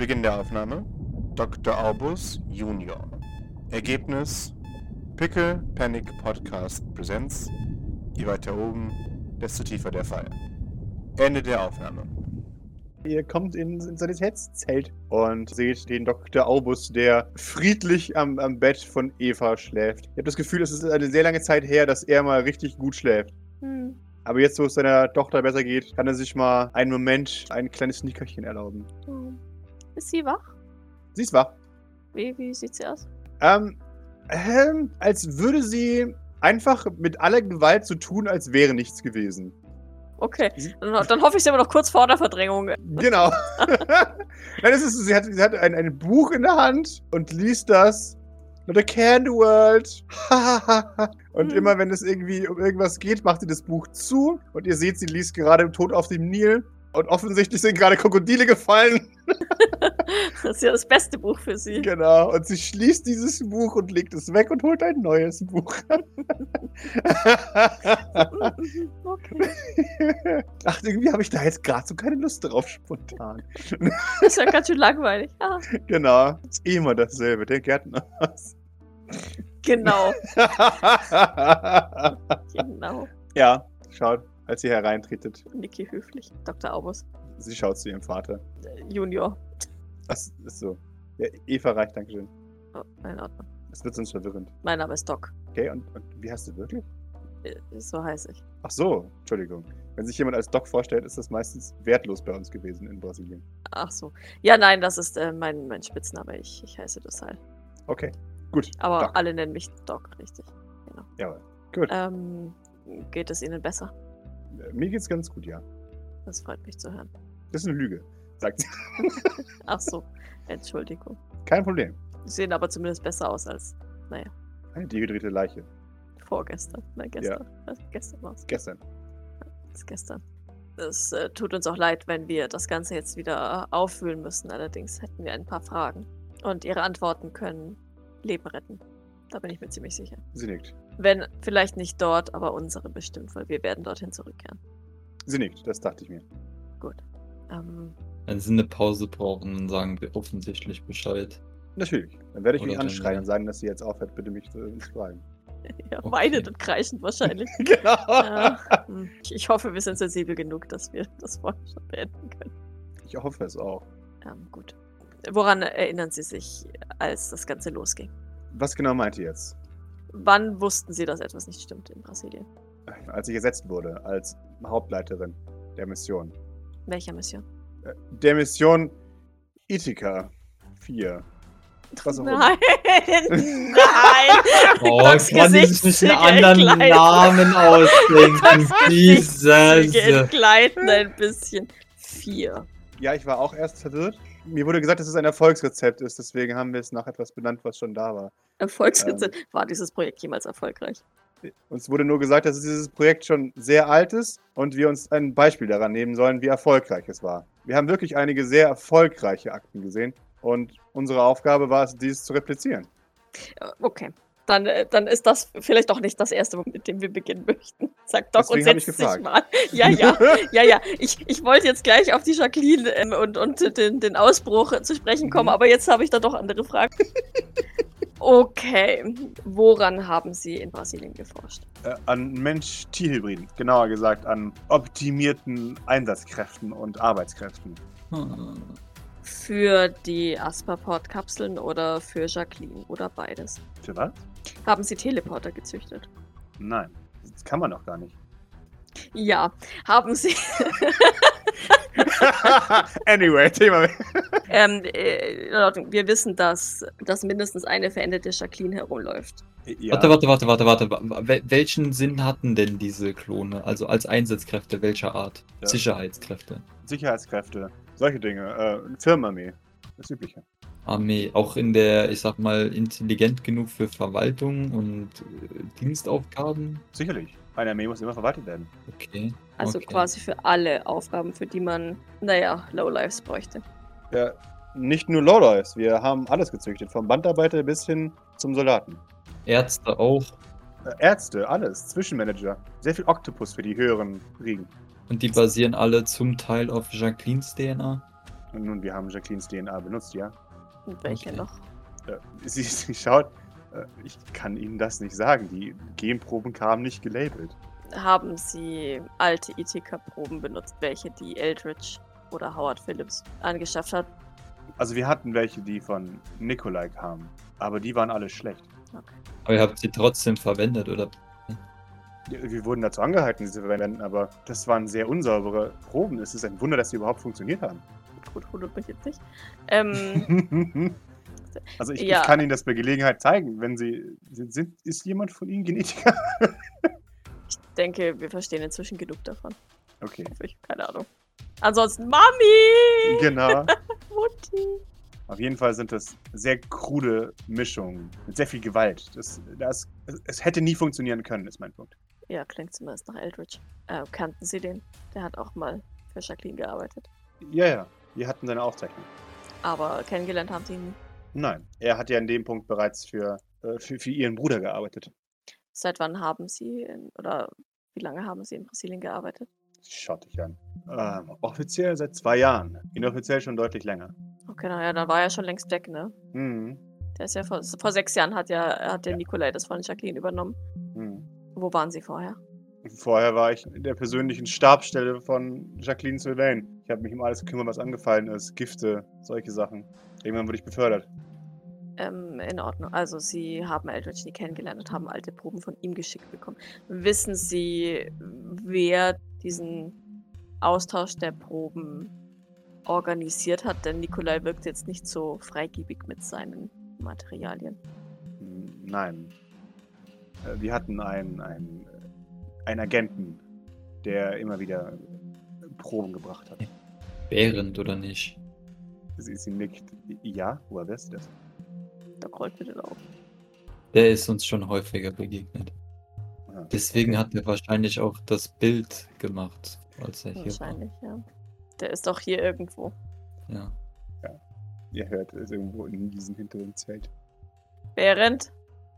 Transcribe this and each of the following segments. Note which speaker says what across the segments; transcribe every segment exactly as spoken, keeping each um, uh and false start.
Speaker 1: Beginn der Aufnahme. Doktor Albus Junior. Ergebnis: Pickle Panic Podcast Presents. Je weiter oben, desto tiefer der Fall. Ende der Aufnahme.
Speaker 2: Ihr kommt in, ins Sanitätszelt und seht den Doktor Albus, der friedlich am, am Bett von Eva schläft. Ihr habt das Gefühl, es ist eine sehr lange Zeit her, dass er mal richtig gut schläft.
Speaker 3: Hm.
Speaker 2: Aber jetzt, wo es seiner Tochter besser geht, kann er sich mal einen Moment ein kleines Nickerchen erlauben.
Speaker 3: Hm. Ist sie wach?
Speaker 2: Sie ist wach.
Speaker 3: Wie, wie sieht sie aus?
Speaker 2: Ähm, ähm, als würde sie einfach mit aller Gewalt so tun, als wäre nichts gewesen.
Speaker 3: Okay, dann, dann hoffe ich, sie aber noch kurz vor der Verdrängung.
Speaker 2: Genau. Nein, das ist, sie hat, sie hat ein, ein Buch in der Hand und liest das. Not a can world. Und
Speaker 3: Hm.
Speaker 2: immer wenn es irgendwie um irgendwas geht, macht sie das Buch zu. Und ihr seht, sie liest gerade Tod auf dem Nil. Und offensichtlich sind gerade Krokodile gefallen.
Speaker 3: Das ist ja das beste Buch für sie.
Speaker 2: Genau. Und sie schließt dieses Buch und legt es weg und holt ein neues Buch.
Speaker 3: Okay.
Speaker 2: Ach, irgendwie habe ich da jetzt gerade so keine Lust drauf, spontan.
Speaker 3: Das ist ja ganz schön langweilig. Ah,
Speaker 2: Genau. Ist eh immer dasselbe, der Gärtner.
Speaker 3: genau, genau.
Speaker 2: Ja, schaut, als ihr hereintretet.
Speaker 3: Niki höflich. Doktor Albus.
Speaker 2: Sie schaut zu ihrem Vater.
Speaker 3: Äh, Junior.
Speaker 2: Das ist so. Ja, Eva reicht, dankeschön.
Speaker 3: Oh, in Ordnung.
Speaker 2: Das wird sonst verwirrend.
Speaker 3: Mein Name ist Doc.
Speaker 2: Okay, und, und wie heißt du wirklich?
Speaker 3: Äh, So heiße ich.
Speaker 2: Ach so, Entschuldigung. Wenn sich jemand als Doc vorstellt, ist das meistens wertlos bei uns gewesen in Brasilien.
Speaker 3: Ach so. Ja, nein, das ist äh, mein, mein Spitzname. Ich, ich heiße das halt.
Speaker 2: Okay, gut.
Speaker 3: Aber
Speaker 2: Doc.
Speaker 3: alle nennen mich Doc, richtig. Genau.
Speaker 2: Jawohl. Gut.
Speaker 3: Ähm, geht es Ihnen besser?
Speaker 2: Mir geht's ganz gut, ja.
Speaker 3: Das freut mich zu hören.
Speaker 2: Das ist eine Lüge, sagt sie.
Speaker 3: Ach so. Entschuldigung.
Speaker 2: Kein Problem.
Speaker 3: Sie sehen aber zumindest besser aus als, naja,
Speaker 2: Eine dehydrierte Leiche.
Speaker 3: vorgestern. Nein, gestern. Ja. Gestern war es.
Speaker 2: Gestern.
Speaker 3: Das gestern. Es äh, tut uns auch leid, wenn wir das Ganze jetzt wieder auffüllen müssen. Allerdings hätten wir ein paar Fragen. Und Ihre Antworten können Leben retten. Da bin ich mir ziemlich sicher.
Speaker 2: Sie nickt.
Speaker 3: Wenn, vielleicht nicht dort, aber unsere bestimmt, weil wir werden dorthin zurückkehren.
Speaker 2: Sie nickt, das dachte ich mir.
Speaker 3: Gut. Ähm,
Speaker 4: Wenn sie eine Pause brauchen, dann sagen wir offensichtlich Bescheid.
Speaker 2: Natürlich. Dann werde ich
Speaker 4: Oder
Speaker 2: mich
Speaker 4: dann,
Speaker 2: anschreien
Speaker 4: ja.
Speaker 2: und sagen, dass sie jetzt aufhört, bitte mich zu zu fragen.
Speaker 3: ja,
Speaker 4: Okay.
Speaker 3: weinend und kreischend wahrscheinlich.
Speaker 2: Genau.
Speaker 3: Ja, hm. ich, ich hoffe, wir sind sensibel genug, dass wir das vorher schon beenden können.
Speaker 2: Ich hoffe es auch.
Speaker 3: Ähm, gut. Woran erinnern Sie sich, als das Ganze losging?
Speaker 2: Was genau meint ihr jetzt?
Speaker 3: Wann wussten Sie, dass etwas nicht stimmt in Brasilien?
Speaker 2: Als ich ersetzt wurde als Hauptleiterin der Mission.
Speaker 3: Welcher Mission?
Speaker 2: Äh, Der Mission Ithaca vier. Was auch immer.
Speaker 3: Nein, nein!
Speaker 4: Oh,
Speaker 3: Das
Speaker 4: kann die sich nicht einen
Speaker 3: Gesichtszüge
Speaker 4: anderen
Speaker 3: entgleiten.
Speaker 4: Namen ausdenken?
Speaker 3: Gesichtszüge
Speaker 4: Jesus.
Speaker 3: entgleiten ein bisschen. Vier.
Speaker 2: Ja, ich war auch erst verwirrt. Mir wurde gesagt, dass es ein Erfolgsrezept ist, deswegen haben wir es nach etwas benannt, was schon da war.
Speaker 3: Erfolgsrezept. War dieses Projekt jemals erfolgreich?
Speaker 2: Uns wurde nur gesagt, dass dieses Projekt schon sehr alt ist und wir uns ein Beispiel daran nehmen sollen, wie erfolgreich es war. Wir haben wirklich einige sehr erfolgreiche Akten gesehen und unsere Aufgabe war es, dieses zu replizieren.
Speaker 3: Äh, Okay. Dann, äh, dann ist das vielleicht doch nicht das erste, mit dem wir beginnen möchten. Sagt Doc und
Speaker 2: Deswegen hab ich
Speaker 3: setzt sich
Speaker 2: gefragt.
Speaker 3: mal. Ja, ja, ja, ja. Ich, ich wollte jetzt gleich auf die Jacqueline ähm, und, und den, den Ausbruch zu sprechen kommen,
Speaker 2: Mhm.
Speaker 3: aber jetzt habe ich da doch andere Fragen. Okay. Woran haben Sie in Brasilien geforscht?
Speaker 2: Äh, an Mensch-Tier-Hybriden, genauer gesagt an optimierten Einsatzkräften und Arbeitskräften.
Speaker 4: Hm.
Speaker 3: Für die Asperport-Kapseln oder für Jacqueline oder beides?
Speaker 2: Für was?
Speaker 3: Haben Sie Teleporter gezüchtet?
Speaker 2: Nein, das kann man doch gar nicht.
Speaker 3: Ja. Haben Sie...
Speaker 2: Anyway, Thema.
Speaker 3: ähm, äh, in Ordnung. Wir wissen, dass, dass mindestens eine veränderte Jacqueline herumläuft.
Speaker 2: Ja.
Speaker 4: Warte, warte, warte, warte, warte. Wel- Welchen Sinn hatten denn diese Klone? Also als Einsatzkräfte welcher Art?
Speaker 2: Ja.
Speaker 4: Sicherheitskräfte.
Speaker 2: Sicherheitskräfte, solche Dinge. Äh, Firmenarmee, das Übliche.
Speaker 4: Armee. Auch in der, ich sag mal, intelligent genug für Verwaltung und äh, Dienstaufgaben?
Speaker 2: Sicherlich. Eine Armee muss immer verwaltet werden.
Speaker 4: Okay.
Speaker 3: Also
Speaker 4: okay.
Speaker 3: quasi für alle Aufgaben, für die man, naja, Lowlives bräuchte.
Speaker 2: Ja, nicht nur Lowlives, wir haben alles gezüchtet, vom Bandarbeiter bis hin zum Soldaten.
Speaker 4: Ärzte auch.
Speaker 2: Äh, Ärzte, alles, Zwischenmanager. Sehr viel Oktopus für die höheren Riegen.
Speaker 4: Und die basieren alle zum Teil auf Jacquelines D N A.
Speaker 2: Und nun, wir haben Jacquelines D N A benutzt, ja?
Speaker 3: Und welche
Speaker 4: Okay.
Speaker 3: noch?
Speaker 2: Äh, sie, sie schaut, äh, ich kann Ihnen das nicht sagen. Die Genproben kamen nicht gelabelt.
Speaker 3: Haben Sie alte I T K-Proben benutzt, welche die Eldridge oder Howard Phillips angeschafft hat?
Speaker 2: Also wir hatten welche, die von Nikolai kamen. Aber die waren alle schlecht.
Speaker 3: Okay.
Speaker 4: Aber ihr habt sie trotzdem verwendet, oder?
Speaker 2: Wir wurden dazu angehalten, sie zu verwenden, aber das waren sehr unsaubere Proben. Es ist ein Wunder, dass sie überhaupt funktioniert haben.
Speaker 3: Gut, wundert mich jetzt nicht. Ähm,
Speaker 2: Also ich,
Speaker 3: Ja.
Speaker 2: ich kann Ihnen das bei Gelegenheit zeigen, wenn Sie... Sind, sind, ist jemand von Ihnen Genetiker?
Speaker 3: ich denke, wir verstehen inzwischen genug davon.
Speaker 2: Okay,
Speaker 3: Hoffe ich, keine Ahnung. Ansonsten, Mami!
Speaker 2: genau.
Speaker 3: Mutti!
Speaker 2: Auf jeden Fall sind das sehr krude Mischungen mit sehr viel Gewalt. Das, das, es hätte nie funktionieren können, ist mein Punkt.
Speaker 3: Ja, klingt zumindest nach Eldridge. Äh, kannten Sie den? Der hat auch mal für Jacqueline gearbeitet.
Speaker 2: Ja, ja, wir hatten seine Aufzeichnung.
Speaker 3: Aber kennengelernt haben Sie ihn nie.
Speaker 2: Nein, er hat ja in dem Punkt bereits für, äh, für, für Ihren Bruder gearbeitet.
Speaker 3: Seit wann haben Sie in, oder wie lange haben Sie in Brasilien gearbeitet?
Speaker 2: Schaut dich an. Ähm, offiziell seit zwei Jahren. Inoffiziell schon deutlich länger.
Speaker 3: Okay, naja, dann war er schon längst weg, ne?
Speaker 2: Hm.
Speaker 3: Der ist ja vor, vor sechs Jahren hat ja, hat der
Speaker 2: Ja.
Speaker 3: Nikolai das von Jacqueline übernommen.
Speaker 2: Hm.
Speaker 3: Wo waren Sie vorher?
Speaker 2: Vorher war ich in der persönlichen Stabsstelle von Jacqueline Sylvain. Ich habe mich um alles gekümmert, was angefallen ist. Gifte, solche Sachen. Irgendwann wurde ich befördert.
Speaker 3: Ähm, in Ordnung. Also Sie haben Eldridge nie kennengelernt und haben alte Proben von ihm geschickt bekommen. Wissen Sie, wer diesen Austausch der Proben organisiert hat? Denn Nikolai wirkt jetzt nicht so freigebig mit seinen Materialien.
Speaker 2: Hm, Nein. Äh, Wir hatten einen, einen, äh, einen Agenten, der immer wieder Proben gebracht hat.
Speaker 4: Während oder nicht?
Speaker 2: Sie, sie nickt. Ja, woher weißt du das?
Speaker 3: Da rollt mit den Augen.
Speaker 4: Der ist uns schon häufiger begegnet.
Speaker 2: Ah,
Speaker 4: Deswegen
Speaker 2: okay.
Speaker 4: hat er wahrscheinlich auch das Bild gemacht, als er hier
Speaker 3: Wahrscheinlich, ja. Der ist doch hier irgendwo.
Speaker 4: war. Ja.
Speaker 2: Ihr hört es irgendwo in diesem hinteren Zelt.
Speaker 3: Während?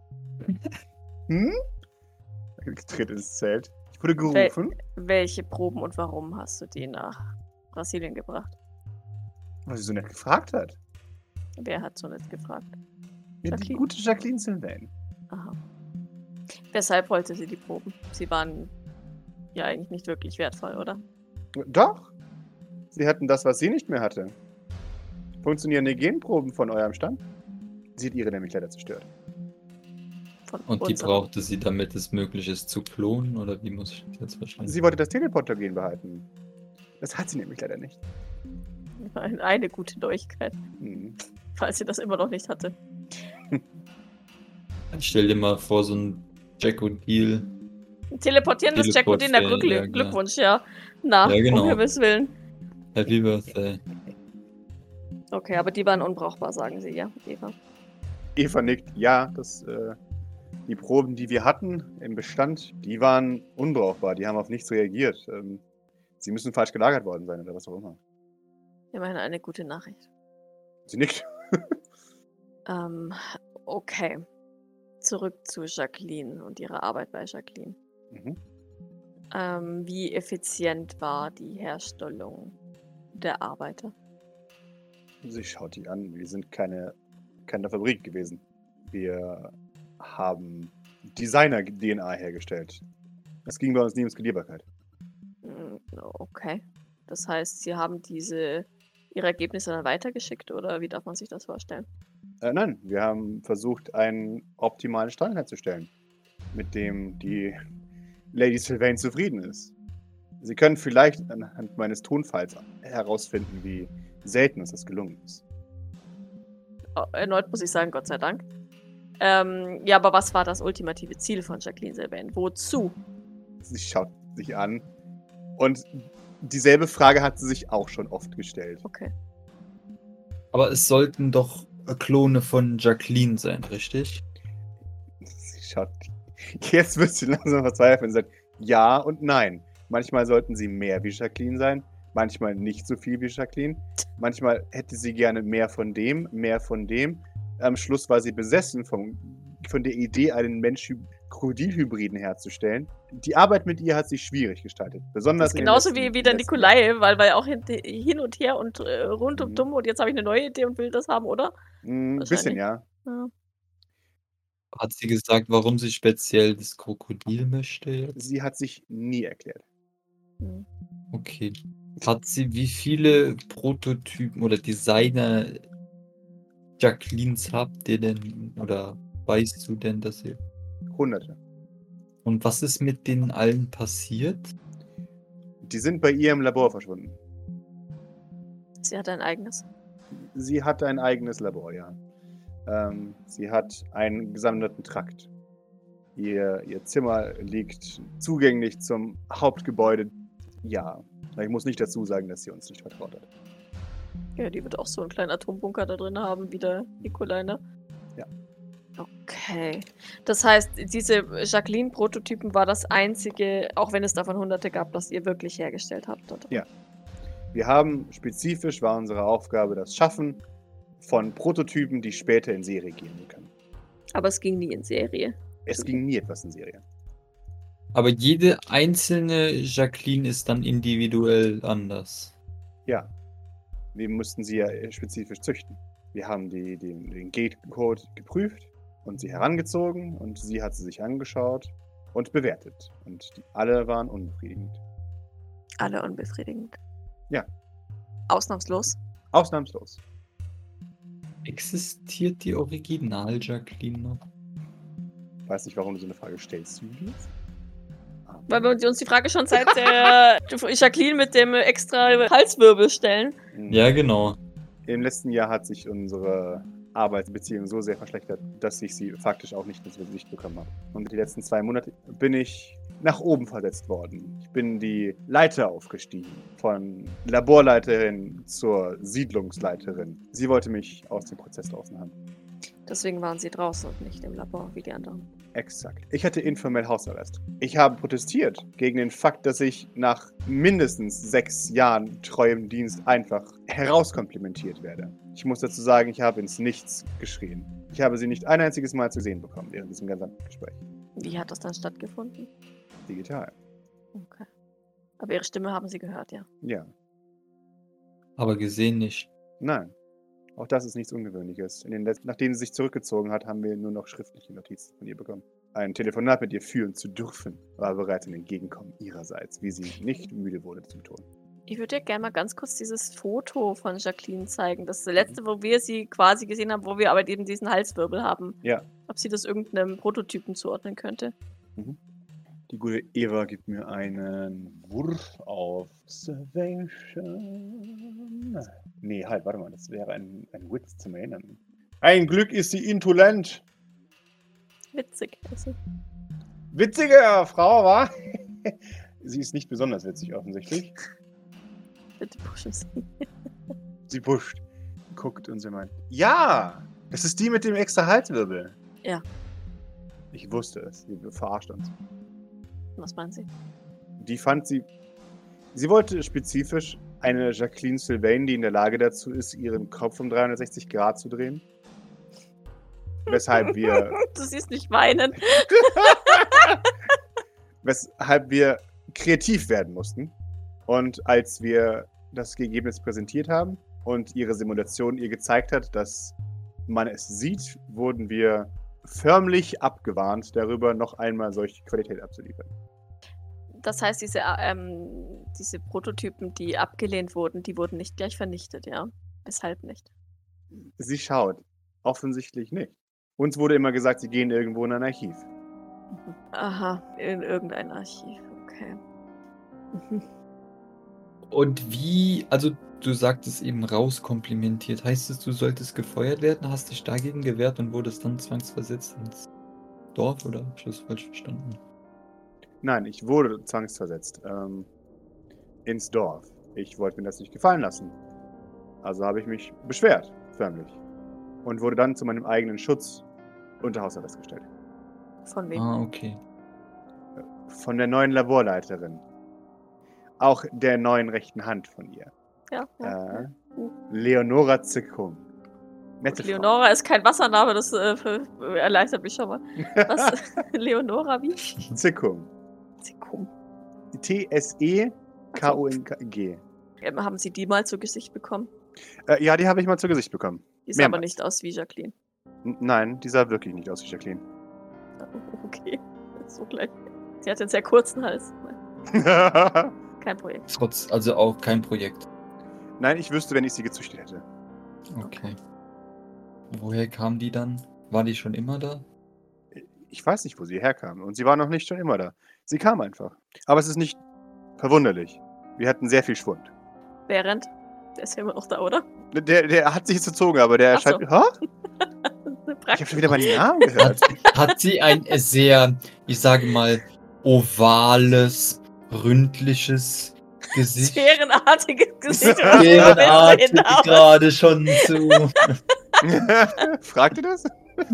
Speaker 2: Hm? Er tritt ins Zelt. Ich wurde gerufen,
Speaker 3: Welche Proben und warum hast du die nach Brasilien gebracht?
Speaker 2: weil sie so nett gefragt hat.
Speaker 3: Wer hat so nett gefragt?
Speaker 2: Ja, die
Speaker 3: Jacqueline.
Speaker 2: gute Jacqueline Sylvain.
Speaker 3: Aha. Weshalb wollte sie die Proben? Sie waren ja eigentlich nicht wirklich wertvoll, oder?
Speaker 2: Doch. Sie hatten das, was sie nicht mehr hatte. Funktionierende Genproben von eurem Stamm. Sie hat ihre nämlich leider zerstört.
Speaker 3: Von
Speaker 4: Und die
Speaker 3: unserem.
Speaker 4: brauchte sie, damit es möglich ist zu klonen, oder wie muss ich das jetzt verstehen?
Speaker 2: Sie wollte das Teleporter-Gen behalten. Das hat sie nämlich leider nicht.
Speaker 3: Eine gute Neuigkeit,
Speaker 2: Hm.
Speaker 3: falls sie das immer noch nicht hatte.
Speaker 4: Stell dir mal vor, so ein Jack O'Deal.
Speaker 3: Teleportierendes Jack und
Speaker 4: Teleport-
Speaker 3: Glück
Speaker 4: ja, genau.
Speaker 3: Glückwunsch, ja. Na,
Speaker 4: Ja, genau.
Speaker 3: um Himmels Willen.
Speaker 4: Happy Birthday.
Speaker 3: Okay, aber die waren unbrauchbar, sagen sie, ja, Eva.
Speaker 2: Eva nickt. Ja, das, äh, die Proben, die wir hatten im Bestand, die waren unbrauchbar. Die haben auf nichts reagiert. Ähm, sie müssen falsch gelagert worden sein oder was auch immer.
Speaker 3: Immerhin eine gute Nachricht.
Speaker 2: Sie nickt.
Speaker 3: Ähm, okay. Zurück zu Jacqueline und ihrer Arbeit bei Jacqueline.
Speaker 2: Mhm.
Speaker 3: Ähm, wie effizient war die Herstellung der Arbeiter?
Speaker 2: Sie schaut die an. Wir sind keine, keine Fabrik gewesen. Wir haben Designer-D N A hergestellt. Es ging bei uns nie um Skalierbarkeit.
Speaker 3: Mm, Okay. Das heißt, sie haben diese ihre Ergebnisse dann weitergeschickt oder wie darf man sich das vorstellen?
Speaker 2: Äh, nein, wir haben versucht, einen optimalen Strang herzustellen, mit dem die Lady Sylvain zufrieden ist. Sie können vielleicht anhand meines Tonfalls herausfinden, wie selten uns das gelungen ist.
Speaker 3: Oh, erneut muss ich sagen, Gott sei Dank. Ähm, ja, aber was war das ultimative Ziel von Jacqueline Sylvain? Wozu?
Speaker 2: Sie schaut sich an und dieselbe Frage hat sie sich auch schon oft gestellt.
Speaker 3: Okay.
Speaker 4: Aber es sollten doch Klone von Jacqueline sein, richtig?
Speaker 2: Sie schaut. Jetzt wird sie langsam verzweifeln und sagt ja und nein. Manchmal sollten sie mehr wie Jacqueline sein, manchmal nicht so viel wie Jacqueline. Manchmal hätte sie gerne mehr von dem, mehr von dem. Am Schluss war sie besessen vom, von der Idee, einen Menschen Krokodilhybriden herzustellen. Die Arbeit mit ihr hat sich schwierig gestaltet. Besonders
Speaker 3: Das ist
Speaker 2: in den
Speaker 3: genauso
Speaker 2: letzten-
Speaker 3: wie, wie der
Speaker 2: letzten
Speaker 3: Nikolai, weil wir auch hin, hin und her und äh, rund
Speaker 2: Mhm.
Speaker 3: und dumm und jetzt habe ich eine neue Idee und will das haben, oder?
Speaker 2: Jahren. Ein bisschen,
Speaker 3: Wahrscheinlich.
Speaker 2: ja.
Speaker 3: Ja.
Speaker 4: Hat sie gesagt, warum sie speziell das Krokodil möchte jetzt?
Speaker 2: Sie hat sich nie erklärt.
Speaker 3: Hm.
Speaker 4: Okay. Hat sie wie viele Prototypen oder Designer Jacquelines habt ihr denn oder weißt du denn, dass ihr...
Speaker 2: Hunderte.
Speaker 4: Und was ist mit denen allen passiert?
Speaker 2: Die sind bei ihr im Labor verschwunden.
Speaker 3: Sie hat ein eigenes.
Speaker 2: Sie hat ein eigenes Labor, ja. Ähm, sie hat einen gesonderten Trakt. Ihr, ihr Zimmer liegt zugänglich zum Hauptgebäude. Ja, ich muss nicht dazu sagen, dass sie uns nicht vertraut hat.
Speaker 3: Ja, die wird auch so einen kleinen Atombunker da drin haben, wie der Nikolai, ne?
Speaker 2: Ja.
Speaker 3: Okay. Das heißt, diese Jacqueline-Prototypen war das einzige, auch wenn es davon hunderte gab, das ihr wirklich hergestellt habt, oder?
Speaker 2: Ja. Wir haben, spezifisch war unsere Aufgabe das Schaffen von Prototypen, die später in Serie gehen können.
Speaker 3: Aber es ging nie in Serie.
Speaker 2: Es ging nie etwas in Serie.
Speaker 4: Aber jede einzelne Jacqueline ist dann individuell anders.
Speaker 2: Ja. Wir mussten sie ja spezifisch züchten. Wir haben die, die, den Gate-Code geprüft und sie herangezogen und sie hat sie sich angeschaut und bewertet. Und die, alle waren unbefriedigend.
Speaker 3: Alle unbefriedigend.
Speaker 2: Ja.
Speaker 3: Ausnahmslos.
Speaker 2: Ausnahmslos.
Speaker 4: Existiert die Original-Jacqueline noch?
Speaker 2: Weiß nicht, warum du so eine Frage stellst, Julius.
Speaker 3: Weil wir uns die Frage schon seit der Jacqueline mit dem extra Halswirbel stellen.
Speaker 4: Ja, genau.
Speaker 2: Im letzten Jahr hat sich unsere Arbeitsbeziehung so sehr verschlechtert, dass ich sie faktisch auch nicht ins Gesicht bekommen habe. Und die letzten zwei Monate bin ich nach oben versetzt worden. Ich bin die Leiter aufgestiegen, von Laborleiterin zur Siedlungsleiterin. Sie wollte mich aus dem Prozess draußen haben.
Speaker 3: Deswegen waren sie draußen und nicht im Labor wie die anderen.
Speaker 2: Exakt. Ich hatte informell Hausarrest. Ich habe protestiert gegen den Fakt, dass ich nach mindestens sechs Jahren treuem Dienst einfach herauskomplimentiert werde. Ich muss dazu sagen, ich habe ins Nichts geschrien. Ich habe sie nicht ein einziges Mal zu sehen bekommen während diesem gesamten Gespräch.
Speaker 3: Wie hat das dann stattgefunden?
Speaker 2: Digital.
Speaker 3: Okay. Aber ihre Stimme haben sie gehört, ja.
Speaker 2: Ja.
Speaker 4: Aber gesehen nicht.
Speaker 2: Nein. Auch das ist nichts Ungewöhnliches. In den Letz- Nachdem sie sich zurückgezogen hat, haben wir nur noch schriftliche Notizen von ihr bekommen. Ein Telefonat mit ihr führen zu dürfen, war bereits ein Entgegenkommen ihrerseits, wie sie nicht müde wurde zu betonen.
Speaker 3: Ich würde dir gerne mal ganz kurz dieses Foto von Jacqueline zeigen. Das ist das letzte, wo wir sie quasi gesehen haben, wo wir aber eben diesen Halswirbel haben.
Speaker 2: Ja.
Speaker 3: Ob sie das irgendeinem Prototypen zuordnen könnte.
Speaker 2: Mhm. Die gute Eva gibt mir einen Wurf auf Observation. Nee, halt, warte mal, das wäre ein, ein Witz zum Erinnern. Ein Glück ist sie intulent.
Speaker 3: Witzig. Also.
Speaker 2: Witzige Frau, wa? Sie ist nicht besonders witzig, offensichtlich.
Speaker 3: Bitte pushen sie.
Speaker 2: Sie pusht, guckt und sie meint, ja, das ist die mit dem extra Halswirbel.
Speaker 3: Ja.
Speaker 2: Ich wusste es, sie verarscht uns.
Speaker 3: Was meinen Sie?
Speaker 2: Die fand sie, sie wollte spezifisch eine Jacqueline Sylvain, die in der Lage dazu ist, ihren Kopf um dreihundertsechzig Grad zu drehen. Weshalb wir,
Speaker 3: Du siehst mich weinen.
Speaker 2: weshalb wir kreativ werden mussten. Und als wir das Ergebnis präsentiert haben und ihre Simulation ihr gezeigt hat, dass man es sieht, wurden wir förmlich abgewarnt, darüber noch einmal solche Qualität abzuliefern.
Speaker 3: Das heißt, diese, ähm, diese Prototypen, die abgelehnt wurden, die wurden nicht gleich vernichtet, ja? Weshalb nicht?
Speaker 2: Sie schaut. Offensichtlich nicht. Uns wurde immer gesagt, sie gehen irgendwo in ein Archiv.
Speaker 3: Mhm. Aha, in irgendein Archiv, okay. Mhm.
Speaker 4: Und wie, also du sagtest eben rauskomplimentiert. Heißt es, du solltest gefeuert werden, hast dich dagegen gewehrt und wurdest dann zwangsversetzt ins Dorf oder hab ich das falsch verstanden?
Speaker 2: Nein, ich wurde zwangsversetzt. Ähm, ins Dorf. Ich wollte mir das nicht gefallen lassen. Also habe ich mich beschwert, förmlich. Und wurde dann zu meinem eigenen Schutz unter Hausarrest gestellt.
Speaker 3: Von wem?
Speaker 4: Ah, okay.
Speaker 2: Von der neuen Laborleiterin. Auch der neuen rechten Hand von ihr.
Speaker 3: Ja, ja,
Speaker 2: Äh,
Speaker 3: ja. Uh,
Speaker 2: Leonora Zickung. Nette Frau.
Speaker 3: Leonora ist kein Wassername, das äh, für- erleichtert mich schon mal. Was? Leonora wie?
Speaker 2: Zickum.
Speaker 3: Sekum.
Speaker 2: T S E K O N G.
Speaker 3: Ähm, haben Sie die mal zu Gesicht bekommen?
Speaker 2: Äh, ja, die habe ich mal zu Gesicht bekommen.
Speaker 3: Die sah aber
Speaker 2: Mehrmals.
Speaker 3: nicht aus wie Jacqueline.
Speaker 2: N nein, die sah wirklich nicht aus wie Jacqueline.
Speaker 3: Okay, so gleich. Sie hat einen sehr kurzen Hals. Kein Projekt.
Speaker 4: Trotz, also auch kein Projekt.
Speaker 2: Nein, ich wüsste, wenn ich sie gezüchtet hätte.
Speaker 4: Okay. Woher kam die dann? War die schon immer da?
Speaker 2: Ich weiß nicht, wo sie herkam. Und sie war noch nicht schon immer da. Sie kam einfach. Aber es ist nicht verwunderlich. Wir hatten sehr viel Schwund.
Speaker 3: Während? Der ist ja immer noch da, oder?
Speaker 2: Der, der hat sich jetzt verzogen, aber der
Speaker 3: Ach so.
Speaker 2: scheint... Hä? Ich habe schon wieder meinen Namen gehört.
Speaker 4: Hat, hat sie ein sehr, ich sage mal, ovales, ründliches Gesicht?
Speaker 3: Sphärenartiges Gesicht. oder was
Speaker 4: Sphärenartig
Speaker 3: willst du hinaus?
Speaker 4: gerade schon zu.
Speaker 2: Fragt ihr das?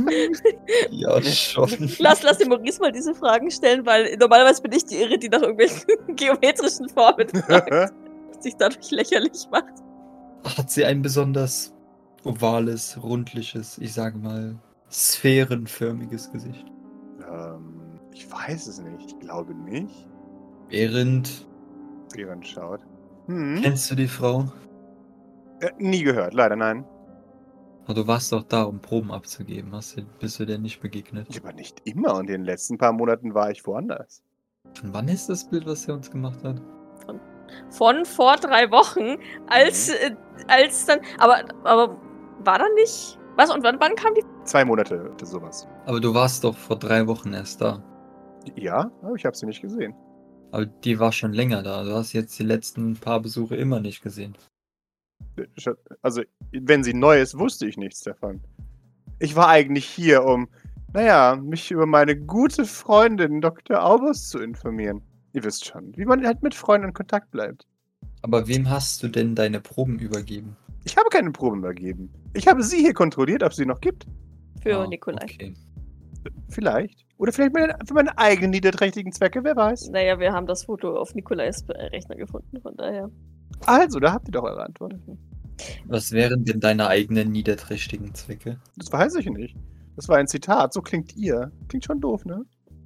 Speaker 4: Ja, schon.
Speaker 3: Lass, lass den Maurice mal diese Fragen stellen, weil normalerweise bin ich die Irre, die nach irgendwelchen geometrischen Formen fragt, und sich dadurch lächerlich macht.
Speaker 4: Hat sie ein besonders ovales, rundliches, ich sage mal, sphärenförmiges Gesicht?
Speaker 2: ähm, ich weiß es nicht. Ich glaube nicht.
Speaker 4: Während.
Speaker 2: Während schaut. Hm.
Speaker 4: Kennst du die Frau?
Speaker 2: Äh, nie gehört, leider nein.
Speaker 4: Aber du warst doch da, um Proben abzugeben. Hast du, bist du denn nicht begegnet?
Speaker 2: Ja, aber nicht immer. Und in den letzten paar Monaten war ich woanders.
Speaker 4: Von wann ist das Bild, was er uns gemacht hat?
Speaker 3: Von vor drei Wochen, als, äh, als dann. Aber, aber war da nicht. Was? Und wann, wann kam die?
Speaker 2: Zwei Monate oder sowas.
Speaker 4: Aber du warst doch vor drei Wochen erst da.
Speaker 2: Ja, aber ich habe sie nicht gesehen.
Speaker 4: Aber die war schon länger da. Du hast jetzt die letzten paar Besuche immer nicht gesehen.
Speaker 2: Also, wenn sie neu ist, wusste ich nichts davon. Ich war eigentlich hier, um, naja, mich über meine gute Freundin Doktor Aubus zu informieren. Ihr wisst schon, wie man halt mit Freunden in Kontakt bleibt.
Speaker 4: Aber wem hast du denn deine Proben übergeben?
Speaker 2: Ich habe keine Proben übergeben. Ich habe sie hier kontrolliert, ob sie noch gibt.
Speaker 3: Für
Speaker 4: Ah,
Speaker 3: Nikolai.
Speaker 4: Okay.
Speaker 2: Vielleicht. Oder vielleicht meine, für meine eigenen niederträchtigen Zwecke, wer weiß.
Speaker 3: Naja, wir haben das Foto auf Nikolais Rechner gefunden, von daher.
Speaker 2: Also, da habt ihr doch eure Antwort.
Speaker 4: Was wären denn deine eigenen niederträchtigen Zwecke?
Speaker 2: Das weiß ich nicht. Das war ein Zitat, so klingt ihr. Klingt schon doof, ne?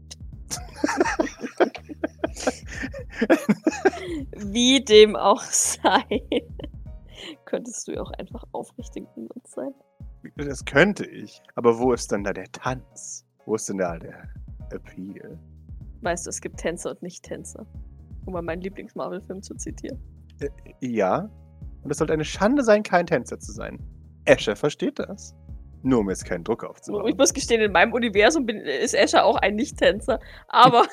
Speaker 3: Wie dem auch sei. Könntest du ja auch einfach aufrichtig mit uns sein.
Speaker 2: Das könnte ich. Aber wo ist denn da der Tanz? Wo ist denn da der Appeal?
Speaker 3: Weißt du, es gibt Tänzer und Nicht-Tänzer. Um mal meinen Lieblings-Marvel-Film zu zitieren.
Speaker 2: Äh, ja. Und es sollte eine Schande sein, kein Tänzer zu sein. Escher versteht das. Nur um jetzt keinen Druck aufzubauen.
Speaker 3: Ich muss gestehen, in meinem Universum bin, ist Escher auch ein Nicht-Tänzer. Aber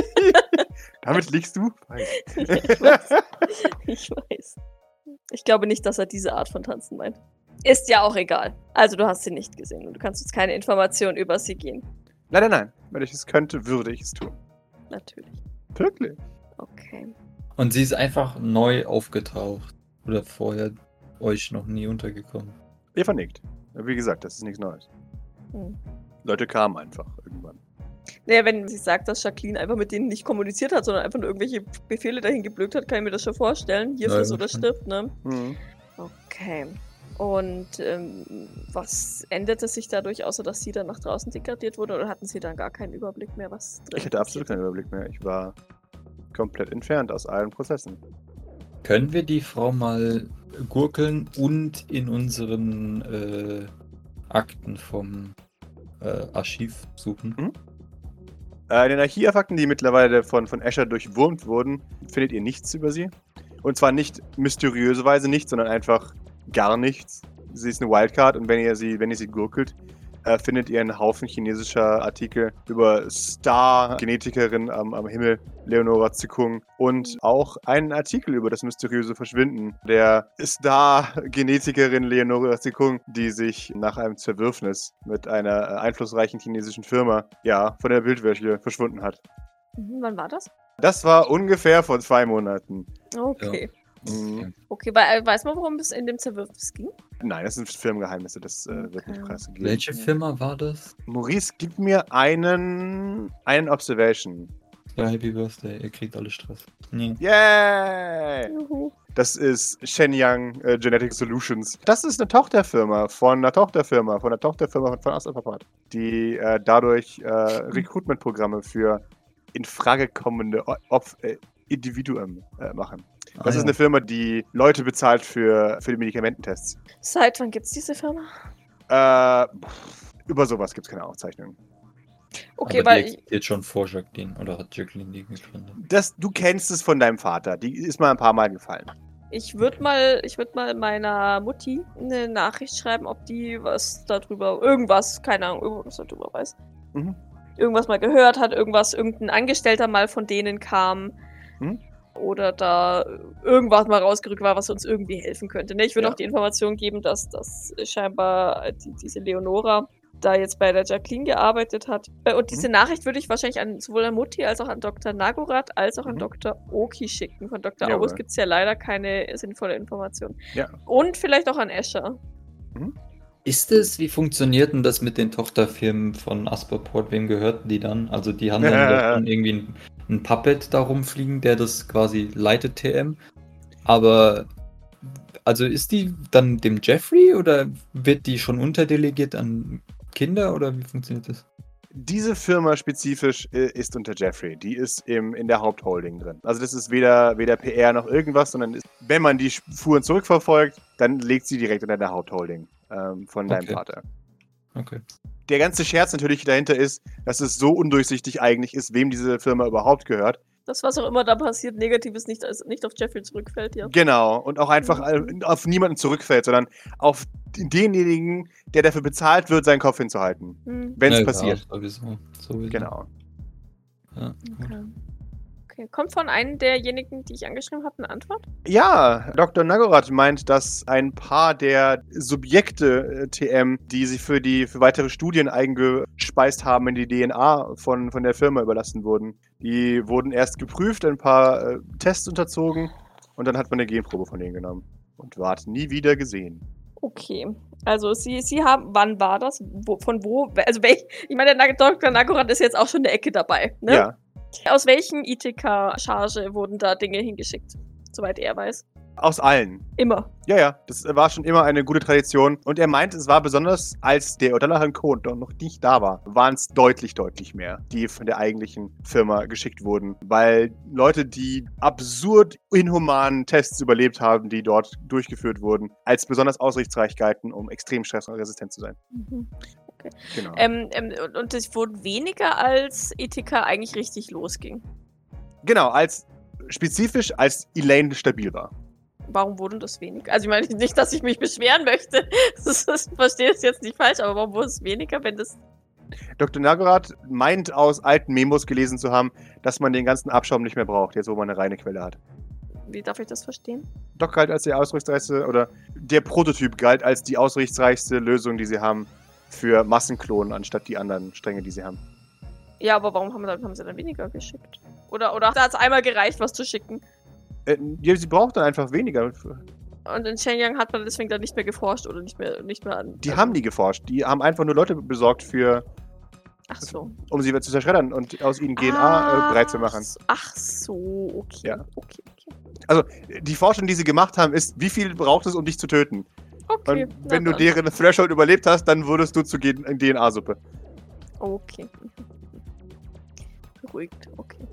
Speaker 2: Damit liegst du? Fein.
Speaker 3: ich weiß. Ich weiß. Ich glaube nicht, dass er diese Art von Tanzen meint. Ist ja auch egal. Also du hast sie nicht gesehen und du kannst uns keine Informationen über sie geben.
Speaker 2: Leider nein. Wenn ich es könnte, würde ich es tun.
Speaker 3: Natürlich.
Speaker 2: Wirklich?
Speaker 3: Okay.
Speaker 4: Und sie ist einfach neu aufgetaucht. Oder vorher euch noch nie untergekommen.
Speaker 2: Eva nickt. Wie gesagt, das ist nichts Neues.
Speaker 3: Hm.
Speaker 2: Leute kamen einfach irgendwann.
Speaker 3: Naja, wenn sie sagt, dass Jacqueline einfach mit denen nicht kommuniziert hat, sondern einfach nur irgendwelche Befehle dahin geblökt hat, kann ich mir das schon vorstellen. Hier
Speaker 4: Ja,
Speaker 3: friss
Speaker 4: ja,
Speaker 3: oder
Speaker 4: schon.
Speaker 3: stirbt, ne?
Speaker 2: Mhm.
Speaker 3: Okay. Und ähm, was änderte sich dadurch, außer dass sie dann nach draußen degradiert wurde, oder hatten sie dann gar keinen Überblick mehr, was drin
Speaker 2: Ich hatte absolut keinen Überblick mehr. Ich war komplett entfernt aus allen Prozessen.
Speaker 4: Können wir die Frau mal gurkeln und in unseren äh, Akten vom äh, Archiv suchen?
Speaker 2: Mhm. Äh, in den Archivakten, die mittlerweile von, von Escher durchwurmt wurden, findet ihr nichts über sie. Und zwar nicht mysteriöserweise nichts, sondern einfach gar nichts. Sie ist eine Wildcard und wenn ihr sie, wenn ihr sie gurkelt, äh, findet ihr einen Haufen chinesischer Artikel über Star-Genetikerin am, am Himmel, Leonora Zikung, und auch einen Artikel über das mysteriöse Verschwinden der Star-Genetikerin Leonora Zikung, die sich nach einem Zerwürfnis mit einer äh, einflussreichen chinesischen Firma, ja, von der Bildwäsche verschwunden hat.
Speaker 3: Mhm, wann war das?
Speaker 2: Das war ungefähr vor zwei Monaten.
Speaker 3: Okay.
Speaker 2: Mhm.
Speaker 3: Okay, weil, weiß man, worum es in dem Zerwürfnis ging?
Speaker 2: Nein, das sind Firmengeheimnisse, das äh, wird nicht
Speaker 3: Okay.
Speaker 2: preisgegeben.
Speaker 4: Welche Firma war das?
Speaker 2: Maurice, gib mir einen, einen Observation.
Speaker 4: Ja, Happy Birthday, ihr kriegt alle Stress. Nee.
Speaker 2: Yay!
Speaker 3: Juhu.
Speaker 2: Das ist Shenyang äh, Genetic Solutions. Das ist eine Tochterfirma von einer Tochterfirma, von einer Tochterfirma von, von Astropapat, die äh, dadurch äh, Recruitment-Programme für in Frage kommende Opf äh, Individuen äh, machen. Das
Speaker 4: Ah,
Speaker 2: ist
Speaker 4: ja.
Speaker 2: eine Firma, die Leute bezahlt für, für die Medikamententests.
Speaker 3: Seit wann gibt's diese Firma?
Speaker 2: Äh, pff, über sowas gibt es keine Aufzeichnungen.
Speaker 3: Okay,
Speaker 4: Aber
Speaker 3: weil
Speaker 4: die
Speaker 3: ich,
Speaker 4: existiert schon vor Jacqueline, oder hat Jacqueline die gegründet?
Speaker 2: Das, du kennst es von deinem Vater. Die ist mal ein paar Mal gefallen.
Speaker 3: ich würde mal, ich würde mal meiner Mutti eine Nachricht schreiben, ob die was darüber, irgendwas, keine Ahnung, irgendwas darüber weiß.
Speaker 2: Mhm.
Speaker 3: Irgendwas mal gehört hat, irgendwas, irgendein Angestellter mal von denen kam.
Speaker 2: Mhm.
Speaker 3: Oder da irgendwas mal rausgerückt war, was uns irgendwie helfen könnte. Ne? Ich würde
Speaker 2: Ja.
Speaker 3: auch die Information geben, dass, dass scheinbar die, diese Leonora da jetzt bei der Jacqueline gearbeitet hat. Äh, Und diese
Speaker 2: Mhm.
Speaker 3: Nachricht würde ich wahrscheinlich an sowohl an Mutti als auch an Doktor Nagorath als auch an
Speaker 2: Mhm.
Speaker 3: Doktor Oki schicken. Von Doktor
Speaker 2: Jawohl.
Speaker 3: August gibt es ja leider keine sinnvolle Information.
Speaker 2: Ja.
Speaker 3: Und vielleicht auch an Escher.
Speaker 4: Ist es, wie funktioniert denn das mit den Tochterfirmen von Asperport? Wem gehörten die dann? Also die haben dann ja schon irgendwie ein, ein Puppet da rumfliegen, der das quasi leitet, T M. Aber, also ist die dann dem Jeffrey oder wird die schon unterdelegiert an Kinder oder wie funktioniert das?
Speaker 2: Diese Firma spezifisch äh, ist unter Jeffrey. Die ist im, in der Hauptholding drin. Also das ist weder, weder P R noch irgendwas, sondern ist, wenn man die Spuren zurückverfolgt, dann legt sie direkt unter der Hauptholding ähm, von deinem
Speaker 4: Okay.
Speaker 2: Vater.
Speaker 4: Okay.
Speaker 2: Der ganze Scherz natürlich dahinter ist, dass es so undurchsichtig eigentlich ist, wem diese Firma überhaupt gehört.
Speaker 3: Das, was auch immer da passiert, Negatives nicht, also nicht auf Jeffrey zurückfällt, ja.
Speaker 2: Genau. Und auch einfach äh, auf niemanden zurückfällt, sondern auf denjenigen, der dafür bezahlt wird, seinen Kopf hinzuhalten.
Speaker 3: Hm,
Speaker 2: Wenn es
Speaker 4: Ja,
Speaker 2: passiert.
Speaker 4: Ja, sowieso. sowieso.
Speaker 2: Genau.
Speaker 4: Ja, gut.
Speaker 3: okay. Okay. Kommt von einem derjenigen, die ich angeschrieben habe, eine Antwort?
Speaker 2: Ja, Doktor Nagorath meint, dass ein paar der Subjekte äh, T M, die sie für die für weitere Studien eingespeist haben, in die D N A von, von der Firma überlassen wurden. Die wurden erst geprüft, ein paar äh, Tests unterzogen und dann hat man eine Genprobe von denen genommen und ward nie wieder gesehen.
Speaker 3: Okay. Also sie, sie haben, wann war das? Wo, von wo? Also welch, ich meine, der Doktor Nagorath ist jetzt auch schon eine Ecke dabei, ne?
Speaker 2: Ja,
Speaker 3: Aus welchen I T K-Charge wurden da Dinge hingeschickt? Soweit er weiß.
Speaker 2: aus allen.
Speaker 3: Immer.
Speaker 2: Ja, ja, das war schon immer eine gute Tradition. Und er meint, es war besonders, als der O'Dallahan Code noch nicht da war, waren es deutlich, deutlich mehr, die von der eigentlichen Firma geschickt wurden. Weil Leute, die absurd inhumanen Tests überlebt haben, die dort durchgeführt wurden, als besonders ausrichtsreich galten, um extrem stressresistent zu sein.
Speaker 3: Mhm.
Speaker 2: Genau.
Speaker 3: Ähm, ähm, und- und es wurde weniger, als E T K eigentlich richtig losging.
Speaker 2: Genau, als spezifisch, als Elaine stabil war.
Speaker 3: Warum wurden das weniger? Also ich meine nicht, dass ich mich beschweren möchte. Das ist, ich verstehe es jetzt nicht falsch, aber warum wurde es weniger, wenn das...
Speaker 2: Doktor Nagorath meint, aus alten Memos gelesen zu haben, dass man den ganzen Abschaum nicht mehr braucht, jetzt wo man eine reine Quelle hat.
Speaker 3: Wie darf ich das verstehen?
Speaker 2: Doc galt als der ausrichtsreichste, oder der Prototyp galt als die ausrichtsreichste Lösung, die sie haben für Massenklonen, anstatt die anderen Stränge, die sie haben.
Speaker 3: Ja, aber warum haben, haben sie dann weniger geschickt? Oder, oder hat es einmal gereicht, was zu schicken?
Speaker 2: Äh, ja, sie braucht dann einfach weniger.
Speaker 3: Und in Shenyang hat man deswegen dann nicht mehr geforscht oder nicht mehr, nicht mehr an...
Speaker 2: Die
Speaker 3: also-
Speaker 2: haben nie geforscht. Die haben einfach nur Leute besorgt, für,
Speaker 3: Ach so.
Speaker 2: um sie zu zerschreddern und aus ihnen D N A äh, breit zu machen.
Speaker 3: Ach so, okay.
Speaker 2: Ja.
Speaker 3: Okay, okay.
Speaker 2: Also, die Forschung, die sie gemacht haben, ist, wie viel braucht es, um dich zu töten?
Speaker 3: Okay.
Speaker 2: Und wenn
Speaker 3: na
Speaker 2: du
Speaker 3: dann.
Speaker 2: deren Threshold überlebt hast, dann wurdest du zu D N A-Suppe.
Speaker 3: Okay. Beruhigt, okay.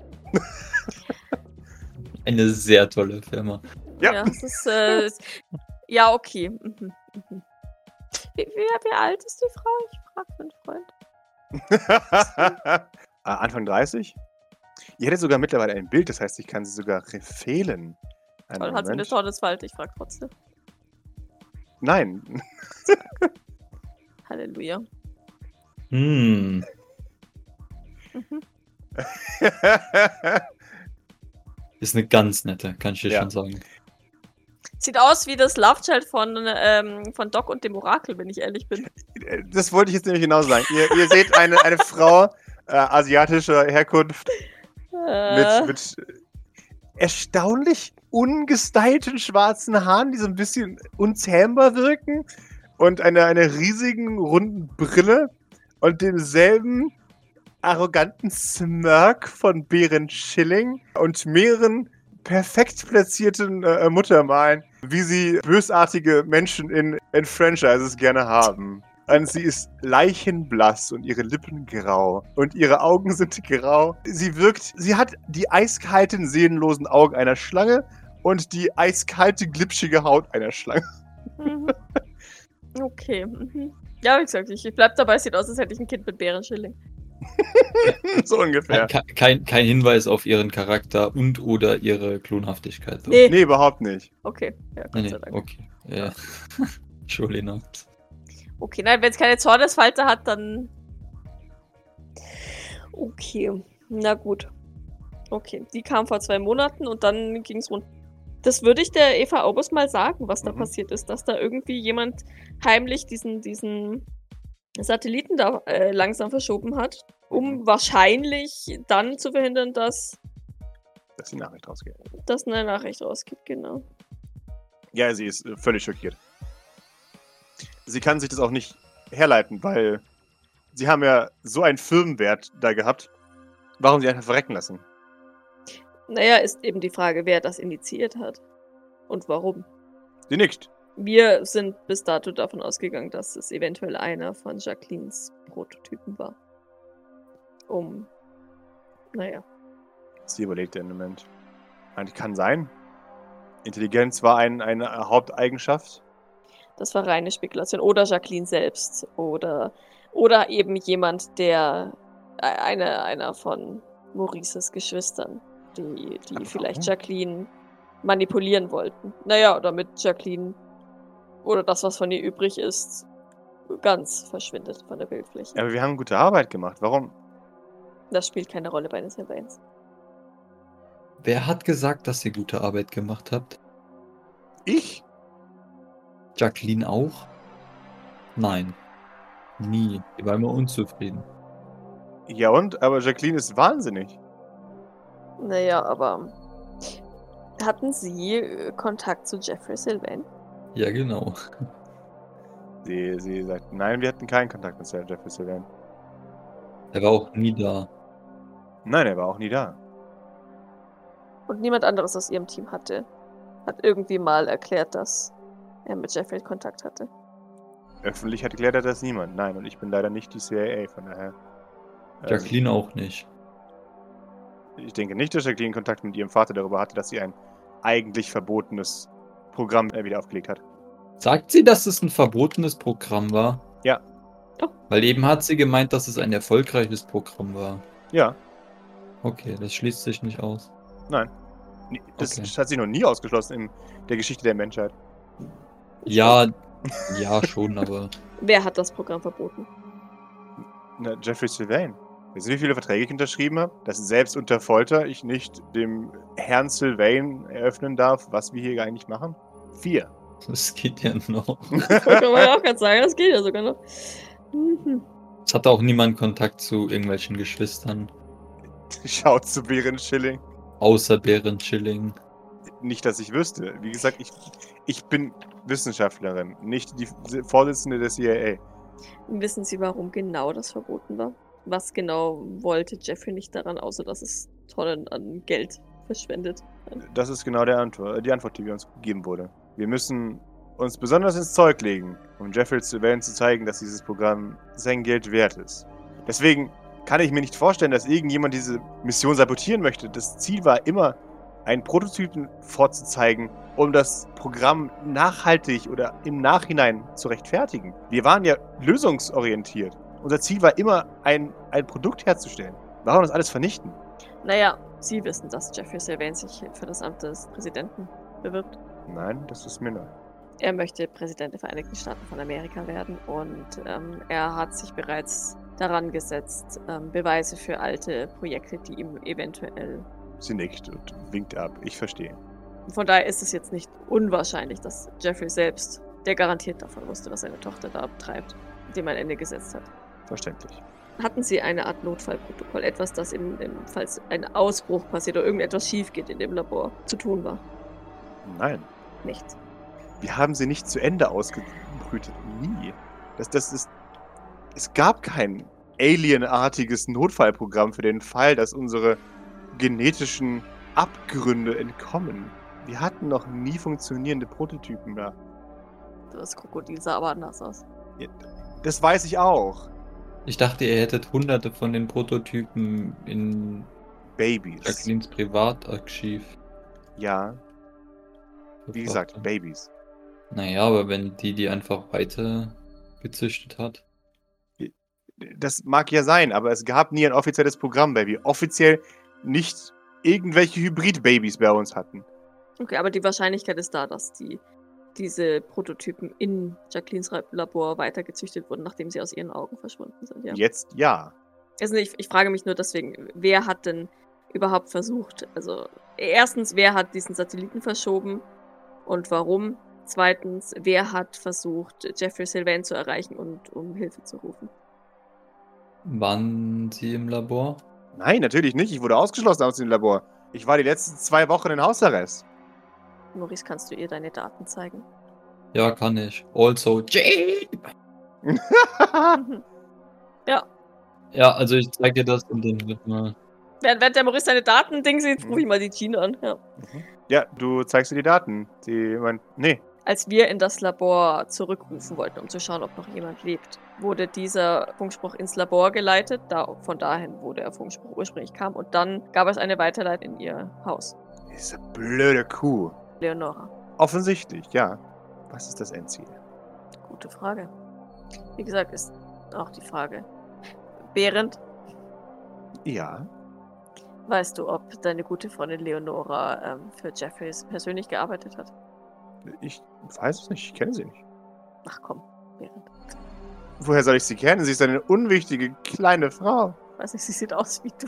Speaker 4: Eine sehr tolle Firma.
Speaker 2: Ja.
Speaker 3: Ja, es ist, äh, es- ja, okay. Mhm, mhm. Wie, wie, wie alt ist die Frau? Ich frage für einen Freund.
Speaker 2: Ah, Anfang dreißig? Ihr hättet sogar mittlerweile ein Bild, das heißt, ich kann sie sogar refehlen. Einen
Speaker 3: Toll, hat sie eine
Speaker 2: Moment.
Speaker 3: tolle Falte, ich frage trotzdem.
Speaker 2: Nein.
Speaker 3: Halleluja.
Speaker 4: Hm.
Speaker 3: Mhm.
Speaker 4: Ist eine ganz nette, kann ich dir
Speaker 2: Ja.
Speaker 4: schon sagen.
Speaker 3: Sieht aus wie das Love Child von, ähm, von Doc und dem Orakel, wenn ich ehrlich bin.
Speaker 2: Das wollte ich jetzt nämlich genau sagen. Ihr, ihr seht eine, eine Frau äh, asiatischer Herkunft
Speaker 3: Äh,
Speaker 2: mit, mit erstaunlich ungestylten schwarzen Haaren, die so ein bisschen unzähmbar wirken und einer eine riesigen runden Brille und demselben arroganten Smirk von Bären Schilling und mehreren perfekt platzierten äh, Muttermalen, wie sie bösartige Menschen in, in Franchises gerne haben. Und sie ist leichenblass und ihre Lippen grau und ihre Augen sind grau. Sie wirkt, sie hat die eiskalten, seelenlosen Augen einer Schlange und die eiskalte, glitschige Haut einer Schlange.
Speaker 3: Mhm. Okay. Mhm. Ja, wie gesagt, ich, ich bleib dabei, sieht aus, als hätte ich ein Kind mit Bärenschilling.
Speaker 2: So ungefähr.
Speaker 4: Kein, kein, kein Hinweis auf ihren Charakter und oder ihre Klonhaftigkeit. So.
Speaker 3: Nee.
Speaker 2: Nee, überhaupt nicht.
Speaker 3: Okay, ja, Gott
Speaker 4: Nee,
Speaker 3: sei
Speaker 4: nee,
Speaker 3: Dank.
Speaker 4: okay. Ja. Surely not.
Speaker 3: Okay, nein, wenn es keine Zornesfalte hat, dann... Okay, na gut. Okay, die kam vor zwei Monaten und dann ging es rund. Das würde ich der Eva Aubus mal sagen, was da
Speaker 2: Mhm.
Speaker 3: passiert ist, dass da irgendwie jemand heimlich diesen, diesen Satelliten da äh, langsam verschoben hat, um
Speaker 2: Mhm.
Speaker 3: wahrscheinlich dann zu verhindern, dass,
Speaker 2: Dass die Nachricht rausgeht.
Speaker 3: dass eine Nachricht rausgeht, genau.
Speaker 2: Ja, sie ist äh, völlig schockiert. Sie kann sich das auch nicht herleiten, weil sie haben ja so einen Firmenwert da gehabt. Warum sie einfach verrecken lassen?
Speaker 3: Naja, ist eben die Frage, wer das initiiert hat und warum.
Speaker 2: Sie nickt.
Speaker 3: Wir sind bis dato davon ausgegangen, dass es eventuell einer von Jacquelines Prototypen war. Um, naja.
Speaker 2: Sie überlegt einen Moment. Eigentlich kann sein. Intelligenz war ein, eine Haupteigenschaft.
Speaker 3: Das war reine Spekulation. Oder Jacqueline selbst. Oder, oder eben jemand, der äh, eine, einer von Maurices Geschwistern, die, die
Speaker 2: Aber
Speaker 3: vielleicht
Speaker 2: warum?
Speaker 3: Jacqueline manipulieren wollten. Naja, damit Jacqueline oder das, was von ihr übrig ist, ganz verschwindet von der Bildfläche.
Speaker 2: Aber wir haben gute Arbeit gemacht. Warum?
Speaker 3: Das spielt keine Rolle bei den Sylvains.
Speaker 4: Wer hat gesagt, dass ihr gute Arbeit gemacht habt?
Speaker 2: Ich?
Speaker 4: Jacqueline auch? Nein. Nie. Die war immer unzufrieden.
Speaker 2: Ja und? Aber Jacqueline ist wahnsinnig.
Speaker 3: Naja, aber hatten Sie äh, Kontakt zu Jeffrey Sylvain?
Speaker 4: Ja, genau.
Speaker 2: Sie, sie sagt, nein, wir hatten keinen Kontakt mit Sir Jeffrey Sylvain.
Speaker 4: Er war auch nie da.
Speaker 2: Nein, er war auch nie da.
Speaker 3: Und niemand anderes aus Ihrem Team hatte, hat irgendwie mal erklärt, dass er mit Jeffrey Kontakt hatte.
Speaker 2: Öffentlich hat erklärt er das niemand. Nein, und ich bin leider nicht die C I A, von daher. ähm,
Speaker 4: Jacqueline auch nicht.
Speaker 2: Ich denke nicht, dass Jacqueline Kontakt mit ihrem Vater darüber hatte, dass sie ein eigentlich verbotenes Programm äh, wieder aufgelegt hat.
Speaker 4: Sagt sie, dass es ein verbotenes Programm war?
Speaker 2: Ja.
Speaker 3: Oh.
Speaker 4: Weil eben hat sie gemeint, dass es ein erfolgreiches Programm war.
Speaker 2: Ja,
Speaker 4: Okay, das schließt sich nicht aus.
Speaker 2: nein. Nie- Das
Speaker 4: Okay.
Speaker 2: hat sich noch nie ausgeschlossen in der Geschichte der Menschheit.
Speaker 4: Ja, ja schon, aber
Speaker 3: Wer hat das Programm verboten?
Speaker 2: Na, Jeffrey Sylvain. Wissen Sie, wie viele Verträge ich unterschrieben habe? Dass selbst unter Folter ich nicht dem Herrn Sylvain eröffnen darf, was wir hier eigentlich machen? Vier.
Speaker 4: das geht ja noch.
Speaker 3: Kann man ja auch gerade sagen, das geht ja sogar noch. Mhm.
Speaker 4: Es hatte auch niemand Kontakt zu irgendwelchen Geschwistern.
Speaker 2: Schaut zu Bären Schilling.
Speaker 4: Außer Bären Chilling.
Speaker 2: Nicht, dass ich wüsste. Wie gesagt, ich, ich bin Wissenschaftlerin, nicht die Vorsitzende der C I A.
Speaker 3: Wissen Sie, warum genau das verboten war? Was genau wollte Jeffrey nicht daran, außer dass es Tonnen an Geld verschwendet?
Speaker 2: Das ist genau der Antwort, die Antwort, die uns gegeben wurde. Wir müssen uns besonders ins Zeug legen, um Jeffrey Sylvain zu zeigen, dass dieses Programm sein Geld wert ist. Deswegen kann ich mir nicht vorstellen, dass irgendjemand diese Mission sabotieren möchte. Das Ziel war immer, einen Prototypen vorzuzeigen, um das Programm nachhaltig oder im Nachhinein zu rechtfertigen. Wir waren ja lösungsorientiert. Unser Ziel war immer, ein, ein Produkt herzustellen. Warum das alles vernichten?
Speaker 3: Naja, Sie wissen, dass Jeffrey Sylvain sich für das Amt des Präsidenten bewirbt.
Speaker 2: Nein, das ist mir neu.
Speaker 3: Er möchte Präsident der Vereinigten Staaten von Amerika werden und ähm, er hat sich bereits daran gesetzt, ähm, Beweise für alte Projekte, die ihm eventuell...
Speaker 2: Sie nickt und winkt ab. Ich verstehe.
Speaker 3: Von daher ist es jetzt nicht unwahrscheinlich, dass Jeffrey selbst, der garantiert davon wusste, was seine Tochter da treibt, dem ein Ende gesetzt hat.
Speaker 2: Verständlich.
Speaker 3: Hatten Sie eine Art Notfallprotokoll, etwas, das im, im, falls ein Ausbruch passiert oder irgendetwas schief geht in dem Labor, zu tun war?
Speaker 2: Nein.
Speaker 3: Nichts.
Speaker 2: Wir haben sie nicht zu Ende ausgebrütet. Nie. Das, das ist. Es gab kein alienartiges Notfallprogramm für den Fall, dass unsere genetischen Abgründe entkommen. Wir hatten noch nie funktionierende Prototypen da.
Speaker 3: Das Krokodil sah aber anders aus.
Speaker 2: Ja, das weiß ich auch.
Speaker 4: Ich dachte, ihr hättet hunderte von den Prototypen in
Speaker 2: Babys.
Speaker 4: Jacquelines Privatarchiv.
Speaker 2: Ja, wie gesagt, Babys.
Speaker 4: Naja, aber wenn die die einfach weiter gezüchtet hat.
Speaker 2: Das mag ja sein, aber es gab nie ein offizielles Programm, weil wir offiziell nicht irgendwelche Hybrid-Babys bei uns hatten.
Speaker 3: Okay, aber die Wahrscheinlichkeit ist da, dass die diese Prototypen in Jacquelines Labor weitergezüchtet wurden, nachdem sie aus ihren Augen verschwunden sind. Ja.
Speaker 2: Jetzt ja.
Speaker 3: Also ich, ich frage mich nur deswegen, wer hat denn überhaupt versucht, also erstens, wer hat diesen Satelliten verschoben und warum? Zweitens, wer hat versucht, Jeffrey Sylvain zu erreichen und um Hilfe zu rufen?
Speaker 4: Waren sie im Labor?
Speaker 2: Nein, natürlich nicht. Ich wurde ausgeschlossen aus dem Labor. Ich war die letzten zwei Wochen in Hausarrest.
Speaker 3: Maurice, kannst du ihr deine Daten zeigen?
Speaker 4: Ja, kann ich. Also, Jeep!
Speaker 3: Ja.
Speaker 4: Ja, also ich zeig dir das und dann wird mal.
Speaker 3: Während, während der Maurice seine Daten-Ding sieht, rufe ich mal die Jean an. Ja.
Speaker 2: Ja, du zeigst dir die Daten. Die meint, nee.
Speaker 3: Als wir in das Labor zurückrufen wollten, um zu schauen, ob noch jemand lebt, wurde dieser Funkspruch ins Labor geleitet, da, von dahin, wo der Funkspruch ursprünglich kam, und dann gab es eine Weiterleitung in ihr Haus.
Speaker 2: Diese blöde Kuh.
Speaker 3: Leonora.
Speaker 2: Offensichtlich, ja. Was ist das Endziel?
Speaker 3: Gute Frage. Wie gesagt, ist auch die Frage. Behrend,
Speaker 2: Ja.
Speaker 3: weißt du, ob deine gute Freundin Leonora ähm, für Jeffreys persönlich gearbeitet hat?
Speaker 2: Ich weiß es nicht. Ich kenne sie nicht.
Speaker 3: Ach komm, Behrend.
Speaker 2: Woher soll ich sie kennen? Sie ist eine unwichtige kleine Frau.
Speaker 3: Weiß nicht, sie sieht aus wie du.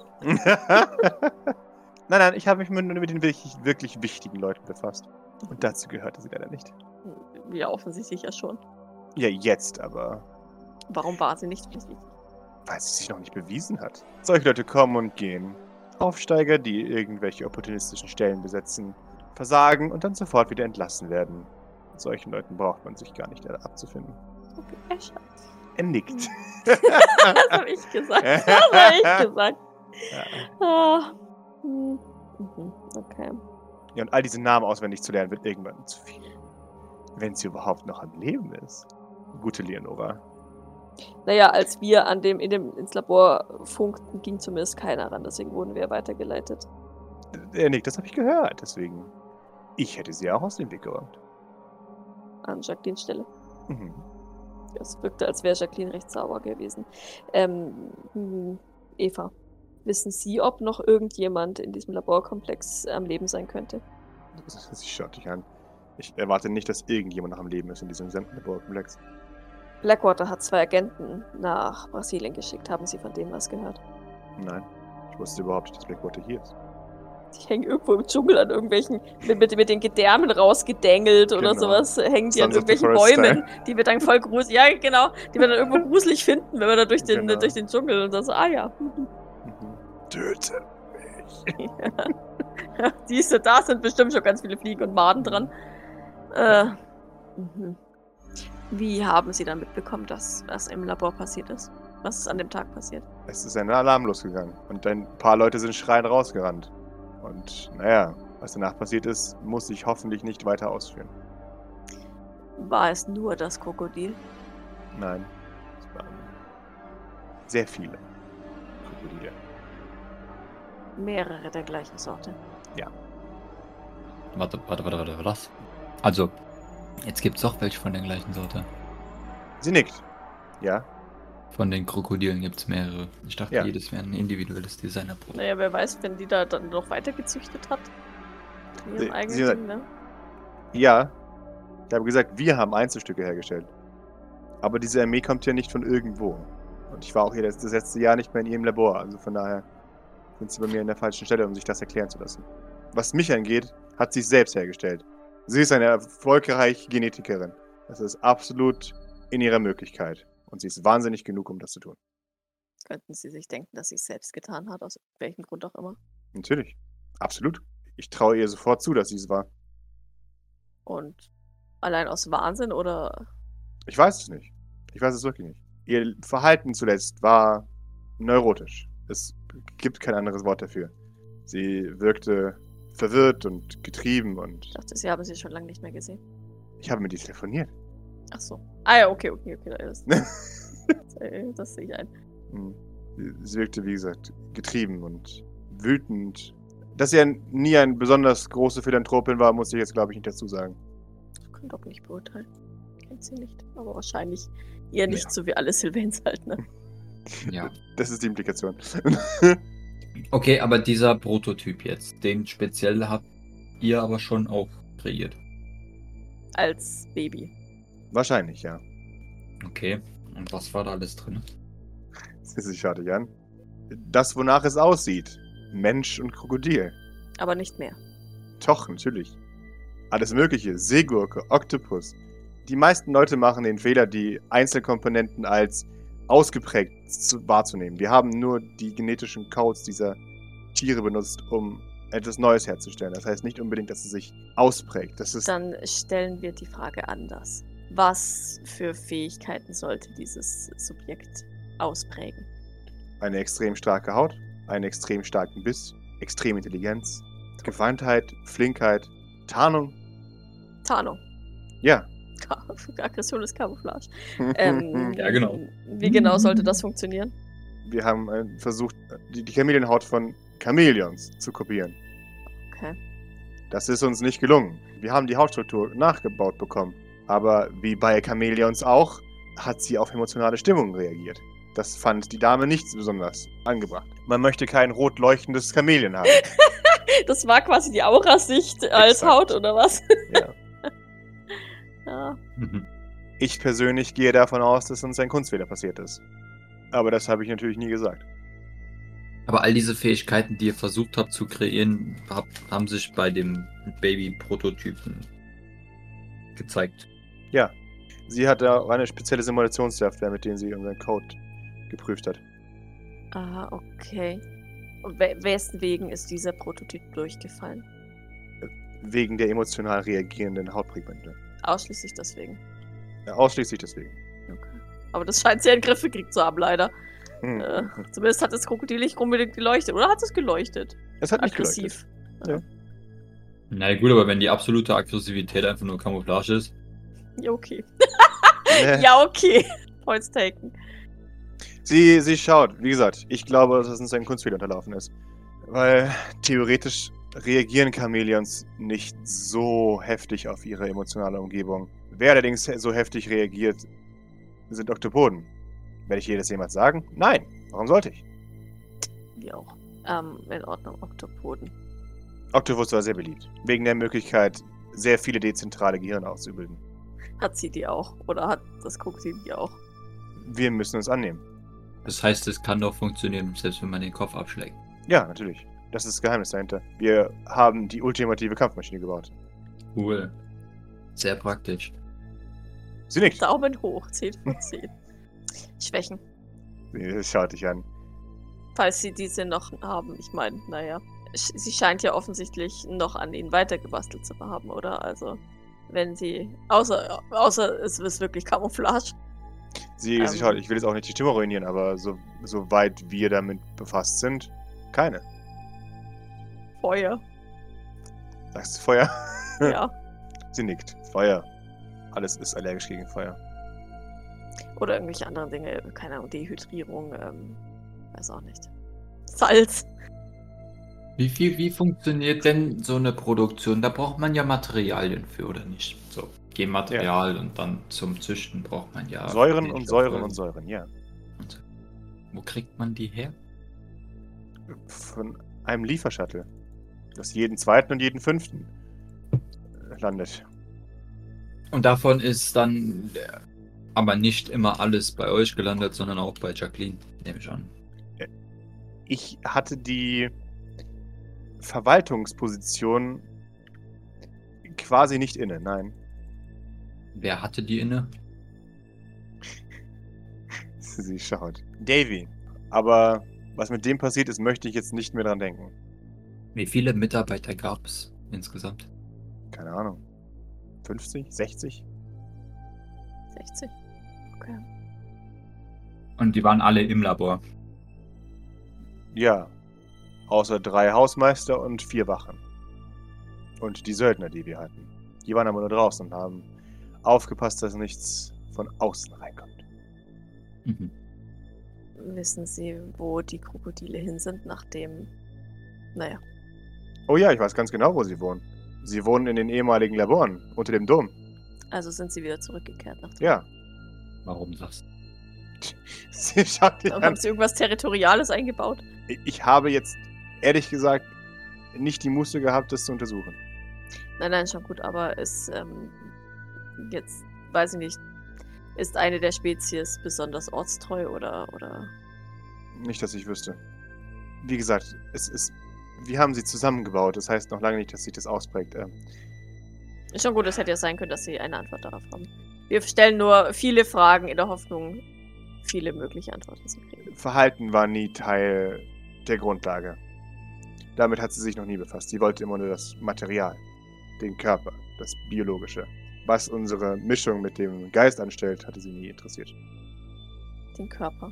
Speaker 2: Nein, nein, ich habe mich mit, mit den wirklich, wirklich wichtigen Leuten befasst. Und dazu gehörte sie leider nicht.
Speaker 3: Ja, offensichtlich ja schon.
Speaker 2: Ja, jetzt aber.
Speaker 3: Warum war sie nicht wichtig?
Speaker 2: Weil sie sich noch nicht bewiesen hat. Solche Leute kommen und gehen. Aufsteiger, die irgendwelche opportunistischen Stellen besetzen, versagen und dann sofort wieder entlassen werden. Mit solchen Leuten braucht man sich gar nicht abzufinden.
Speaker 3: Okay, er schaut.
Speaker 2: Er nickt.
Speaker 3: Das habe ich gesagt. Das habe ich gesagt.
Speaker 2: Ja.
Speaker 3: Ah. Hm. Mhm. Okay.
Speaker 2: Ja, und all diese Namen auswendig zu lernen, wird irgendwann zu viel. Wenn sie überhaupt noch am Leben ist. Gute Leonora.
Speaker 3: Naja, als wir an dem, in dem, ins Labor funkten, ging zumindest keiner ran, deswegen wurden wir weitergeleitet.
Speaker 2: Er nickt, das habe ich gehört, deswegen. Ich hätte sie auch aus dem Weg geräumt.
Speaker 3: An Jacquelines Stelle.
Speaker 2: Mhm.
Speaker 3: Es wirkte, als wäre Jacqueline recht sauber gewesen. Ähm, hm, Eva, wissen Sie, ob noch irgendjemand in diesem Laborkomplex am Leben sein könnte?
Speaker 2: Sie schaut dich an. Ich erwarte nicht, dass irgendjemand noch am Leben ist in diesem gesamten Laborkomplex.
Speaker 3: Blackwater hat zwei Agenten nach Brasilien geschickt. Haben Sie von dem was gehört?
Speaker 2: Nein, ich wusste überhaupt nicht, dass Blackwater hier ist.
Speaker 3: Die hängen irgendwo im Dschungel an irgendwelchen, mit, mit, mit den Gedärmen rausgedängelt oder
Speaker 2: Genau.
Speaker 3: sowas, hängen die an
Speaker 2: Sons of the
Speaker 3: irgendwelchen
Speaker 2: Forest
Speaker 3: Bäumen, die wir dann voll gruselig, ja genau, die wir dann irgendwo gruselig finden, wenn wir da durch den,
Speaker 2: Genau.
Speaker 3: durch den Dschungel und dann so, ah ja.
Speaker 2: Mhm. Töte mich.
Speaker 3: Ja, siehst du, da sind bestimmt schon ganz viele Fliegen und Maden dran. Äh, mhm. Wie haben Sie dann mitbekommen, dass was im Labor passiert ist? Was ist an dem Tag passiert?
Speaker 2: Es ist ein Alarm losgegangen und ein paar Leute sind schreiend rausgerannt. Und naja, was danach passiert ist, muss ich hoffentlich nicht weiter ausführen.
Speaker 3: War es nur das Krokodil?
Speaker 2: Nein, es waren sehr viele Krokodile.
Speaker 3: Mehrere der gleichen Sorte.
Speaker 4: Warte, warte, warte, warte, was? Also, jetzt gibt's doch welche von der gleichen Sorte.
Speaker 2: Sie nickt. Ja,
Speaker 4: Von den Krokodilen gibt's mehrere. Ich dachte,
Speaker 2: Ja.
Speaker 4: jedes wäre ein individuelles Designerprodukt.
Speaker 3: Naja, wer weiß, wenn die da dann noch weiter gezüchtet hat. In ihrem
Speaker 2: Sie-
Speaker 3: eigenen
Speaker 2: sie-
Speaker 3: Ding, ne?
Speaker 2: ja. Ich habe gesagt, wir haben Einzelstücke hergestellt. Aber diese Armee kommt ja nicht von irgendwo. Und ich war auch hier das, das letzte Jahr nicht mehr in ihrem Labor. Also von daher sind sie bei mir an der falschen Stelle, um sich das erklären zu lassen. Was mich angeht, hat sie es selbst hergestellt. Sie ist eine erfolgreiche Genetikerin. Das ist absolut in ihrer Möglichkeit. Und sie ist wahnsinnig genug, um das zu tun.
Speaker 3: Könnten Sie sich denken, dass sie es selbst getan hat, aus welchem Grund auch immer.
Speaker 2: Natürlich. Absolut. Ich traue ihr sofort zu, dass sie es war.
Speaker 3: Und allein aus Wahnsinn oder.
Speaker 2: Ich weiß es nicht. Ich weiß es wirklich nicht. Ihr Verhalten zuletzt war neurotisch. Es gibt kein anderes Wort dafür. Sie wirkte verwirrt und getrieben und
Speaker 3: Ich dachte, Sie haben sie schon lange nicht mehr gesehen.
Speaker 2: ich habe mit ihr telefoniert.
Speaker 3: Ach so. Ah ja, okay, okay, okay. Das, das sehe ich ein.
Speaker 2: Hm. Sie wirkte, wie gesagt, getrieben und wütend. Dass sie ein, nie eine besonders große Philanthropin war, muss ich jetzt, glaube ich, nicht dazu sagen.
Speaker 3: Ich kann doch nicht beurteilen. Kennt sie nicht. Aber wahrscheinlich eher nicht
Speaker 4: Ja.
Speaker 3: so wie alle Sylvains halt, ne?
Speaker 4: Ja.
Speaker 2: Das ist die Implikation.
Speaker 4: Okay, aber dieser Prototyp jetzt, den speziell habt ihr aber schon auch kreiert.
Speaker 3: Als Baby.
Speaker 2: Wahrscheinlich, ja.
Speaker 4: Okay. Und was war da alles drin?
Speaker 2: Sie schaut dich an. Das, wonach es aussieht. Mensch und Krokodil.
Speaker 3: Aber nicht mehr.
Speaker 2: Doch, natürlich. Alles Mögliche. Seegurke, Oktopus. Die meisten Leute machen den Fehler, die Einzelkomponenten als ausgeprägt zu, wahrzunehmen. Wir haben nur die genetischen Codes dieser Tiere benutzt, um etwas Neues herzustellen. Das heißt nicht unbedingt, dass es sich ausprägt. Das ist
Speaker 3: Dann stellen wir die Frage anders. Was für Fähigkeiten sollte dieses Subjekt ausprägen?
Speaker 2: eine extrem starke Haut, einen extrem starken Biss, extreme Intelligenz, Gewandtheit, Flinkheit, Tarnung.
Speaker 3: Tarnung.
Speaker 2: Ja.
Speaker 3: Aggression ist Camouflage. Ähm,
Speaker 4: Ja, genau.
Speaker 3: Wie genau sollte das funktionieren?
Speaker 2: Wir haben äh, versucht, die, die Chameleonhaut von Chamäleons zu kopieren.
Speaker 3: Okay.
Speaker 2: Das ist uns nicht gelungen. Wir haben die Hautstruktur nachgebaut bekommen. Aber wie bei Chamäleons auch, hat sie auf emotionale Stimmungen reagiert. Das fand die Dame nicht besonders angebracht. Man möchte kein rot leuchtendes Chamäleon haben.
Speaker 3: Das war quasi die Aurasicht als
Speaker 2: Exakt.
Speaker 3: Haut, oder was?
Speaker 2: Ja.
Speaker 3: Ja.
Speaker 4: Mhm.
Speaker 2: Ich persönlich gehe davon aus, dass uns ein Kunstfehler passiert ist. Aber das habe ich natürlich nie gesagt.
Speaker 4: Aber all diese Fähigkeiten, die ihr versucht habt zu kreieren, hab, haben sich bei dem Baby-Prototypen gezeigt.
Speaker 2: Ja. Sie hatte auch eine spezielle Simulationssoftware, mit der sie unseren Code geprüft hat.
Speaker 3: Ah, okay. Und we wessen wegen ist dieser Prototyp durchgefallen?
Speaker 2: Wegen der emotional reagierenden Hautpigmente.
Speaker 3: Ausschließlich deswegen.
Speaker 2: Ja, ausschließlich deswegen.
Speaker 3: Okay. Aber das scheint sie in den Griff gekriegt zu haben, leider.
Speaker 2: Hm.
Speaker 3: Äh, zumindest hat das Krokodil nicht unbedingt geleuchtet. Oder hat es geleuchtet?
Speaker 2: Es hat nicht geleuchtet.
Speaker 3: Aggressiv.
Speaker 4: Na gut, aber wenn die absolute Aggressivität einfach nur Camouflage ist.
Speaker 3: Ja, okay.
Speaker 2: Nee.
Speaker 3: Ja, okay. Points taken.
Speaker 2: Sie, sie schaut, wie gesagt, ich glaube, dass uns ein Kunstfehler unterlaufen ist. Weil theoretisch reagieren Chamäleons nicht so heftig auf ihre emotionale Umgebung. Wer allerdings so heftig reagiert, sind Oktopoden. Werde ich ihr das jemals sagen? Nein. Warum sollte ich?
Speaker 3: Wie auch. Ähm, in Ordnung, Oktopoden.
Speaker 2: Octopus war sehr beliebt. Wegen der Möglichkeit, sehr viele dezentrale Gehirne auszubilden.
Speaker 3: Hat sie die auch? Oder hat das Krokodil die auch?
Speaker 2: Wir müssen uns annehmen.
Speaker 4: Das heißt, es kann doch funktionieren, selbst wenn man den Kopf abschlägt.
Speaker 2: Ja, natürlich. Das ist das Geheimnis dahinter. Wir haben die ultimative Kampfmaschine gebaut.
Speaker 4: Cool. Sehr praktisch.
Speaker 2: Sie nickt.
Speaker 3: Daumen hoch, zehn von zehn. Schwächen.
Speaker 2: Sie schaut dich an.
Speaker 3: Falls sie diese noch haben. Ich meine, naja. sch- Sie scheint ja offensichtlich noch an ihnen weitergebastelt zu haben, oder? Also, wenn sie. Außer, außer es ist wirklich Camouflage.
Speaker 2: Sie,
Speaker 3: Ähm.
Speaker 2: sie schaut, ich will jetzt auch nicht die Stimme ruinieren, aber so, soweit wir damit befasst sind, keine.
Speaker 3: Feuer.
Speaker 2: Sagst du Feuer?
Speaker 3: Ja.
Speaker 2: Sie nickt. Feuer. Alles ist allergisch gegen Feuer.
Speaker 3: Oder irgendwelche anderen Dinge. Keine Ahnung, Dehydrierung. Ähm, weiß auch nicht. Salz.
Speaker 4: Wie viel, wie funktioniert denn so eine Produktion? Da braucht man ja Materialien für, oder nicht? So, Genmaterial und dann zum Züchten braucht man ja.
Speaker 2: Säuren und Säuren
Speaker 4: Säuren
Speaker 2: und Säuren, ja.
Speaker 4: Und wo kriegt man die her?
Speaker 2: Von einem Liefershuttle. Das jeden zweiten und jeden fünften äh, landet.
Speaker 4: Und davon ist dann äh, aber nicht immer alles bei euch gelandet, sondern auch bei Jacqueline, nehme ich an.
Speaker 2: Ich hatte die Verwaltungsposition quasi nicht inne, nein.
Speaker 4: Wer hatte die inne?
Speaker 2: Sie schaut. Davy. Aber was mit dem passiert ist, möchte ich jetzt nicht mehr dran denken.
Speaker 4: Wie viele Mitarbeiter gab es insgesamt?
Speaker 2: Keine Ahnung. fünfzig? sechzig?
Speaker 3: sechzig. Okay.
Speaker 4: Und die waren alle im Labor.
Speaker 2: Ja. Außer drei Hausmeister und vier Wachen. Und die Söldner, die wir hatten. Die waren aber nur draußen und haben aufgepasst, dass nichts von außen reinkommt.
Speaker 4: Mhm.
Speaker 3: Wissen Sie, wo die Krokodile hin sind, nachdem... Naja,
Speaker 2: Oh ja, ich weiß ganz genau, wo sie wohnen. Sie wohnen in den ehemaligen Laboren, unter dem Dom.
Speaker 3: also sind sie wieder zurückgekehrt nach dem...
Speaker 2: Ja.
Speaker 4: Warum das?
Speaker 2: Sie schaut dich
Speaker 3: Aber
Speaker 2: an.
Speaker 3: haben sie irgendwas Territoriales eingebaut?
Speaker 2: Ich habe jetzt, ehrlich gesagt, nicht die Muße gehabt, das zu untersuchen.
Speaker 3: Nein, nein, schon gut, aber ist, ähm, jetzt, weiß ich nicht, ist eine der Spezies besonders ortstreu oder, oder...
Speaker 2: Nicht, dass ich wüsste. Wie gesagt, es ist. Wir haben sie zusammengebaut. Das heißt noch lange nicht, dass sich das ausprägt. Ähm,
Speaker 3: Ist schon gut, es hätte ja sein können, dass sie eine Antwort darauf haben. Wir stellen nur viele Fragen in der Hoffnung, viele mögliche Antworten zu kriegen.
Speaker 2: Verhalten war nie Teil der Grundlage. Damit hat sie sich noch nie befasst. Sie wollte immer nur das Material, den Körper, das Biologische. Was unsere Mischung mit dem Geist anstellt, hatte sie nie interessiert.
Speaker 3: Den Körper.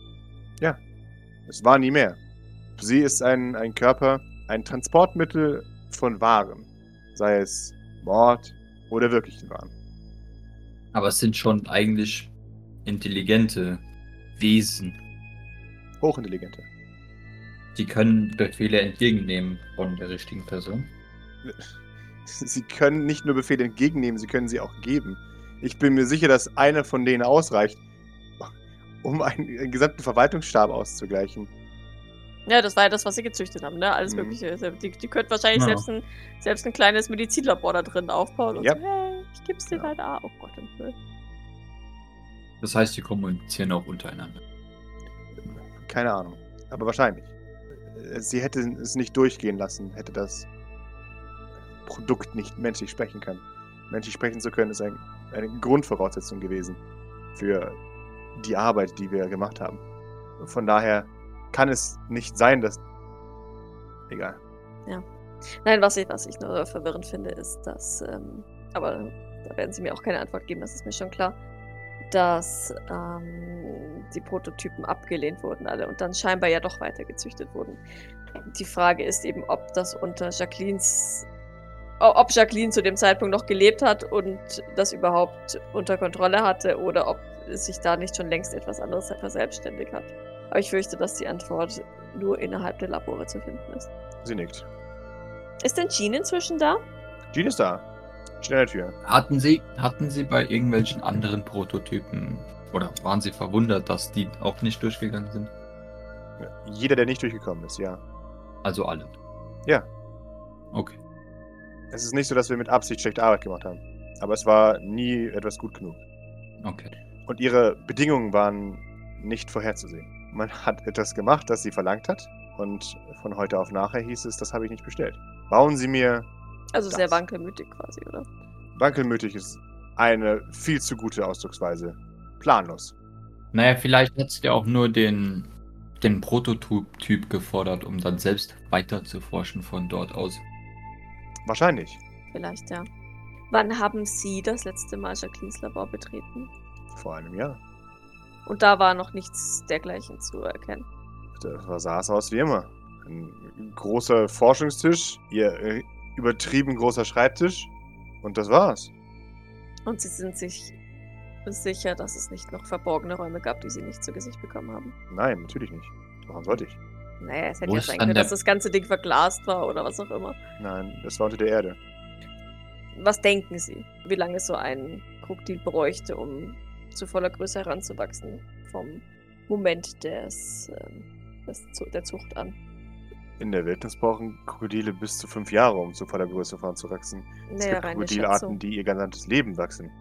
Speaker 2: Es war nie mehr. Für sie ist ein, ein Körper ein Transportmittel von Waren. Sei es Mord oder wirklichen Waren.
Speaker 4: Aber es sind schon eigentlich intelligente Wesen.
Speaker 2: Hochintelligente.
Speaker 4: Die können Befehle entgegennehmen von der richtigen Person.
Speaker 2: Sie können nicht nur Befehle entgegennehmen, sie können sie auch geben. Ich bin mir sicher, dass einer von denen ausreicht, um einen gesamten Verwaltungsstab auszugleichen.
Speaker 3: Ja, das war ja das, was sie gezüchtet haben, ne? Alles
Speaker 2: Mhm.
Speaker 3: Mögliche. Die, die könnten wahrscheinlich
Speaker 4: Ja.
Speaker 3: selbst, ein, selbst ein kleines Medizinlabor da drin aufbauen und
Speaker 2: Ja.
Speaker 3: so, hey, ich geb's dir
Speaker 2: Ja.
Speaker 3: halt ah, oh Gott im Himmel.
Speaker 4: Das heißt, die kommunizieren auch untereinander.
Speaker 2: Keine Ahnung. Aber wahrscheinlich. Sie hätte es nicht durchgehen lassen, hätte das Produkt nicht menschlich sprechen können. Menschlich sprechen zu können, ist ein, eine Grundvoraussetzung gewesen für die Arbeit, die wir gemacht haben. Von daher kann es nicht sein, dass... Egal.
Speaker 3: Nein, was ich, was ich nur verwirrend finde, ist, dass, ähm, aber da werden sie mir auch keine Antwort geben, das ist mir schon klar, dass ähm, die Prototypen abgelehnt wurden alle und dann scheinbar ja doch weiter gezüchtet wurden. Die Frage ist eben, ob das unter Jacquelines, o- ob Jacqueline zu dem Zeitpunkt noch gelebt hat und das überhaupt unter Kontrolle hatte oder ob sich da nicht schon längst etwas anderes verselbstständigt hat. Aber ich fürchte, dass die Antwort nur innerhalb der Labore zu finden ist.
Speaker 2: Sie nickt.
Speaker 3: Ist denn Jean inzwischen da?
Speaker 2: Jean ist da. Schnell der Tür.
Speaker 4: Hatten Sie, hatten Sie bei irgendwelchen anderen Prototypen oder waren Sie verwundert, dass die auch nicht durchgegangen sind?
Speaker 2: Jeder, der nicht durchgekommen ist, ja.
Speaker 4: Also alle.
Speaker 2: Ja.
Speaker 4: Okay.
Speaker 2: Es ist nicht so, dass wir mit Absicht schlechte Arbeit gemacht haben. Aber es war nie etwas gut genug.
Speaker 4: Okay.
Speaker 2: Und ihre Bedingungen waren nicht vorherzusehen. Man hat etwas gemacht, das sie verlangt hat. Und von heute auf nachher hieß es, das habe ich nicht bestellt. Bauen Sie mir...
Speaker 3: Also
Speaker 2: Das.
Speaker 3: sehr wankelmütig quasi, oder?
Speaker 2: Wankelmütig ist eine viel zu gute Ausdrucksweise. Planlos.
Speaker 4: Naja, vielleicht hat sie ja auch nur den, den Prototyp gefordert, um dann selbst weiter zu forschen von dort aus.
Speaker 2: Wahrscheinlich.
Speaker 3: Vielleicht, ja. Wann haben Sie das letzte Mal Jacquelines Labor betreten?
Speaker 2: Vor einem Jahr.
Speaker 3: Und da war noch nichts dergleichen zu erkennen.
Speaker 2: Das sah es aus wie immer. Ein großer Forschungstisch, ihr äh, übertrieben großer Schreibtisch. Und das war's.
Speaker 3: Und Sie sind sich sicher, dass es nicht noch verborgene Räume gab, die Sie nicht zu Gesicht bekommen haben?
Speaker 2: Nein, natürlich nicht. Warum sollte ich?
Speaker 3: Naja, es hätte
Speaker 4: Wo
Speaker 3: ja
Speaker 4: ist
Speaker 3: sein
Speaker 4: dann
Speaker 3: können,
Speaker 4: der-
Speaker 3: dass das ganze Ding verglast war oder was auch immer.
Speaker 2: Nein, das war unter der Erde.
Speaker 3: Was denken Sie, wie lange so ein Krokodil bräuchte, um zu voller Größe heranzuwachsen? Vom Moment des, ähm, des, Zu- der Zucht an.
Speaker 2: In der Wildnis brauchen Krokodile bis zu fünf Jahre, um zu voller Größe voranzuwachsen. Es
Speaker 3: Naja,
Speaker 2: gibt
Speaker 3: reine
Speaker 2: Krokodilarten,
Speaker 3: Schätzung.
Speaker 2: die ihr gesamtes Leben wachsen.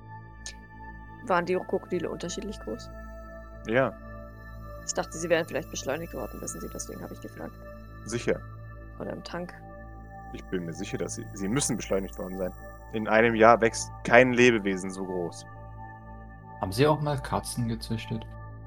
Speaker 3: Waren die Krokodile unterschiedlich groß?
Speaker 2: Ja,
Speaker 3: Ich dachte, sie wären vielleicht beschleunigt worden, wissen Sie, deswegen habe ich gefragt.
Speaker 2: sicher.
Speaker 3: Oder im Tank.
Speaker 2: Ich bin mir sicher, dass sie, sie müssen beschleunigt worden sein. In einem Jahr wächst kein Lebewesen so groß.
Speaker 4: Haben Sie auch mal Katzen gezüchtet?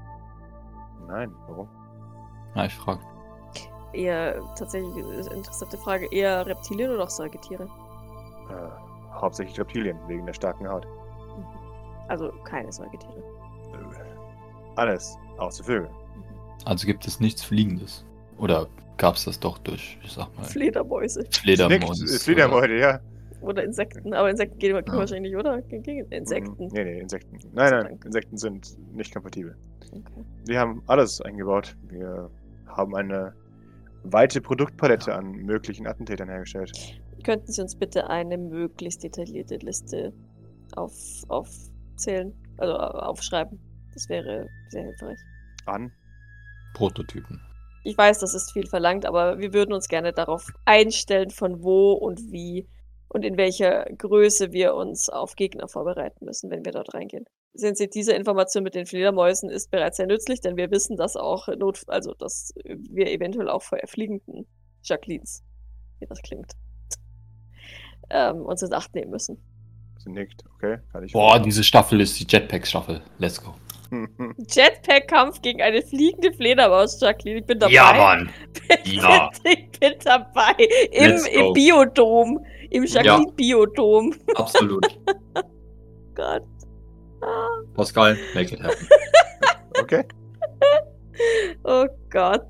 Speaker 2: Nein, warum?
Speaker 4: Na, ich frage.
Speaker 3: Eher, tatsächlich, äh, interessante Frage, eher Reptilien oder auch Säugetiere?
Speaker 2: Äh, hauptsächlich Reptilien, wegen der starken Haut.
Speaker 3: Also keine Säugetiere.
Speaker 2: Äh, Alles, außer Vögel.
Speaker 4: Also gibt es nichts Fliegendes. Oder gab es das doch durch, ich sag mal,
Speaker 3: Fledermäuse.
Speaker 4: Fledermäuse?
Speaker 2: Nickt, Fledermäuse, ja.
Speaker 3: Oder Insekten. Aber Insekten gehen wir
Speaker 4: Ja.
Speaker 3: wahrscheinlich, oder? Gegen Insekten.
Speaker 2: Mhm. Nee, nee, Insekten.
Speaker 3: Gott
Speaker 2: Nein,
Speaker 3: sei
Speaker 2: nein,
Speaker 3: Dank.
Speaker 2: Insekten sind nicht kompatibel.
Speaker 3: Okay.
Speaker 2: Wir haben alles eingebaut. Wir haben eine weite Produktpalette an möglichen Attentätern hergestellt.
Speaker 3: Könnten Sie uns bitte eine möglichst detaillierte Liste auf, aufzählen, also aufschreiben? Das wäre sehr hilfreich.
Speaker 2: An.
Speaker 4: Prototypen.
Speaker 3: Ich weiß, das ist viel verlangt, aber wir würden uns gerne darauf einstellen, von wo und wie und in welcher Größe wir uns auf Gegner vorbereiten müssen, wenn wir dort reingehen. Sehen Sie, diese Information mit den Fledermäusen ist bereits sehr nützlich, denn wir wissen, dass auch Not, also dass wir eventuell auch vor fliegenden Jacquelines, wie das klingt, ähm, uns in Acht nehmen müssen.
Speaker 2: Sie nickt, okay, kann ich.
Speaker 4: Boah, diese Staffel ist die Jetpack-Staffel. Let's go.
Speaker 3: Jetpack-Kampf gegen eine fliegende Fledermaus, Jacqueline. Ich bin dabei.
Speaker 4: Ja, Mann.
Speaker 3: Ich
Speaker 4: Ja.
Speaker 3: bin, ich bin dabei. Im,
Speaker 4: Let's
Speaker 3: im
Speaker 4: go.
Speaker 3: Biodom. Im Jacqueline-Biodom.
Speaker 4: Absolut.
Speaker 3: Gott. Ah.
Speaker 4: Pascal, make it happen.
Speaker 2: Okay.
Speaker 3: Oh Gott.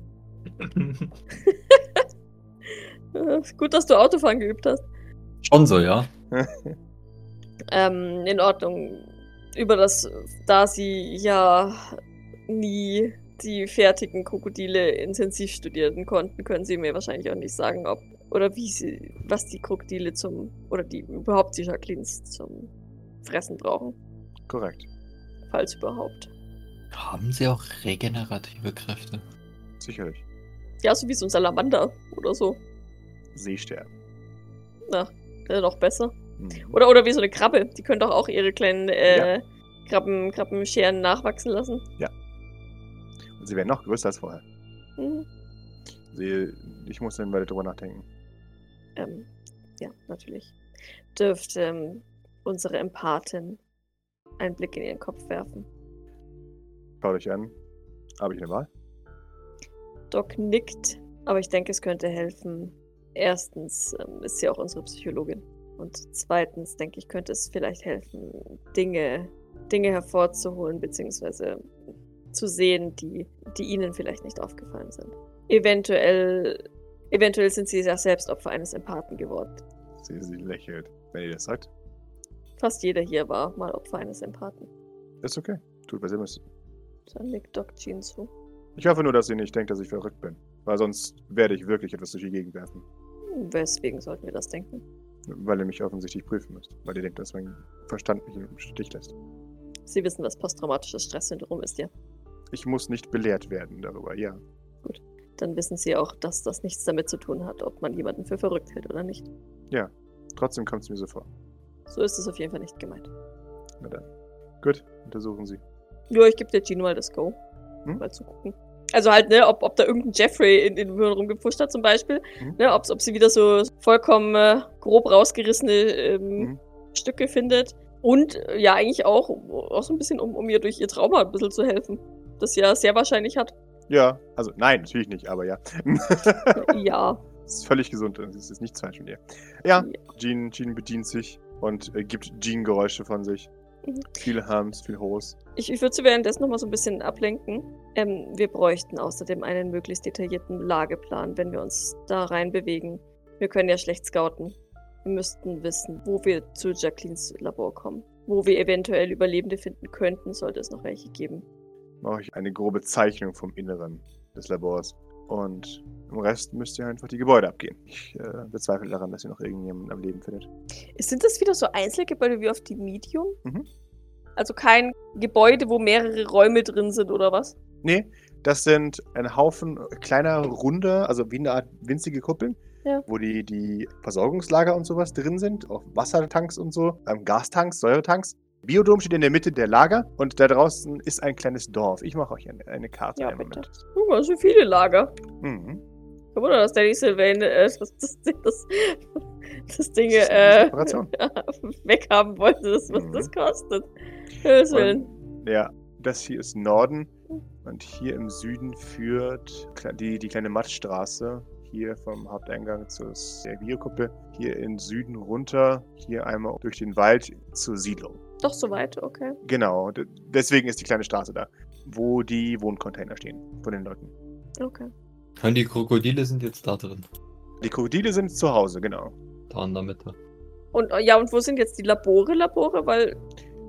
Speaker 3: Gut, dass du Autofahren geübt hast.
Speaker 4: Schon so, ja.
Speaker 3: Ähm, in Ordnung. Über das, da sie ja nie die fertigen Krokodile intensiv studieren konnten, können sie mir wahrscheinlich auch nicht sagen, ob oder wie sie, was die Krokodile zum, oder die überhaupt die Jacquelines zum Fressen brauchen.
Speaker 2: Korrekt.
Speaker 3: Falls überhaupt.
Speaker 4: Haben sie auch regenerative Kräfte?
Speaker 2: Sicherlich.
Speaker 3: Ja, so wie so ein Salamander oder so.
Speaker 2: Seesterben.
Speaker 3: Na, wäre noch besser.
Speaker 2: Mhm.
Speaker 3: Oder, oder wie so eine Krabbe. Die können doch auch ihre kleinen äh, Krabben, Krabbenscheren nachwachsen lassen.
Speaker 2: Und sie werden noch größer als vorher.
Speaker 3: Hm.
Speaker 2: Sie, ich muss dann weiter drüber nachdenken.
Speaker 3: Ähm, ja, natürlich. Dürfte ähm, unsere Empathin einen Blick in ihren Kopf werfen.
Speaker 2: Schau dich an. Habe ich eine Wahl?
Speaker 3: Doc nickt, aber ich denke, es könnte helfen. Erstens ähm, ist sie auch unsere Psychologin. Und zweitens, denke ich, könnte es vielleicht helfen, Dinge, Dinge hervorzuholen, beziehungsweise zu sehen, die, die ihnen vielleicht nicht aufgefallen sind. Eventuell, eventuell sind sie ja selbst Opfer eines Empathen geworden.
Speaker 2: Sie, sie lächelt, wenn ihr das sagt.
Speaker 3: Fast jeder hier war mal Opfer eines Empathen.
Speaker 2: Ist okay. Tut, was ihr müsst.
Speaker 3: Dann nickt Doc Jean zu.
Speaker 2: Ich hoffe nur, dass ihr nicht denkt, dass ich verrückt bin. Weil sonst werde ich wirklich etwas durch die Gegend werfen.
Speaker 3: Weswegen sollten wir das denken?
Speaker 2: Weil ihr mich offensichtlich prüfen müsst. Weil ihr denkt, dass mein Verstand mich im Stich lässt.
Speaker 3: Sie wissen, was posttraumatisches Stresssyndrom ist, ja.
Speaker 2: Ich muss nicht belehrt werden darüber, ja.
Speaker 3: Dann wissen Sie auch, dass das nichts damit zu tun hat, ob man jemanden für verrückt hält oder nicht.
Speaker 2: Trotzdem kommt es mir so vor.
Speaker 3: So ist es auf jeden Fall nicht gemeint.
Speaker 2: Na dann. Gut, untersuchen Sie.
Speaker 3: Ja, ich gebe dir Gino mal das Go.
Speaker 2: Hm?
Speaker 3: Mal zu gucken. Also halt, ne, ob, ob da irgendein Jeffrey in den Höhlen rumgepusht hat zum Beispiel.
Speaker 2: Mhm.
Speaker 3: Ne, ob, ob sie wieder so vollkommen äh, grob rausgerissene ähm,
Speaker 2: Mhm.
Speaker 3: Stücke findet. Und äh, ja, eigentlich auch, auch so ein bisschen, um, um ihr durch ihr Trauma ein bisschen zu helfen. Das sie ja sehr wahrscheinlich hat.
Speaker 2: Ja, also nein, natürlich nicht, aber ja.
Speaker 3: Ja.
Speaker 2: Es ist völlig gesund, es ist nichts falsch mit ihr. Ja,
Speaker 3: Ja.
Speaker 2: Jean, Jean bedient sich und äh, gibt Jean-Geräusche von sich.
Speaker 3: Mhm.
Speaker 2: Viele Hams, viel Hohes.
Speaker 3: Ich, ich würde sie währenddessen nochmal so ein bisschen ablenken. Ähm, wir bräuchten außerdem einen möglichst detaillierten Lageplan, wenn wir uns da reinbewegen. Wir können ja schlecht scouten. Wir müssten wissen, wo wir zu Jacquelines Labor kommen. Wo wir eventuell Überlebende finden könnten, sollte es noch welche geben.
Speaker 2: Mache ich eine grobe Zeichnung vom Inneren des Labors. Und im Rest müsst ihr einfach die Gebäude abgehen. Ich äh, bezweifle daran, dass ihr noch irgendjemanden am Leben findet.
Speaker 3: Sind das wieder so Einzelgebäude wie auf die Medium?
Speaker 2: Mhm.
Speaker 3: Also kein Gebäude, wo mehrere Räume drin sind oder was?
Speaker 2: Nee, das sind ein Haufen kleiner, runder, also wie eine Art winzige Kuppeln,
Speaker 3: Ja.
Speaker 2: wo die, die Versorgungslager und sowas drin sind, auch Wassertanks und so, ähm, Gastanks, Säuretanks. Biodom steht in der Mitte der Lager und da draußen ist ein kleines Dorf. Ich mache euch eine, eine Karte.
Speaker 3: Ja,
Speaker 2: einen
Speaker 3: bitte.
Speaker 2: Moment.
Speaker 3: Guck mal, so viele Lager.
Speaker 2: Mhm.
Speaker 3: Kein Wunder, dass Danny Sylvain äh, das, das, das, das Ding
Speaker 2: Das ist eine
Speaker 3: äh,
Speaker 2: Operation.
Speaker 3: weghaben wollte, das, was
Speaker 2: Mhm.
Speaker 3: das kostet. Gottes Willen.
Speaker 2: Und, ja, das hier ist Norden und hier im Süden führt kle- die, die kleine Mattstraße hier vom Haupteingang zur Biokuppe, hier im Süden runter, hier einmal durch den Wald zur Siedlung.
Speaker 3: Doch so weit, okay.
Speaker 2: Genau, d- deswegen ist die kleine Straße da. wo die Wohncontainer stehen von den Leuten.
Speaker 3: Okay.
Speaker 4: Und die Krokodile sind jetzt da drin.
Speaker 2: Die Krokodile sind zu Hause, genau.
Speaker 4: Da in der Mitte.
Speaker 3: Und äh, ja, und wo sind jetzt die Labore, Labore? Weil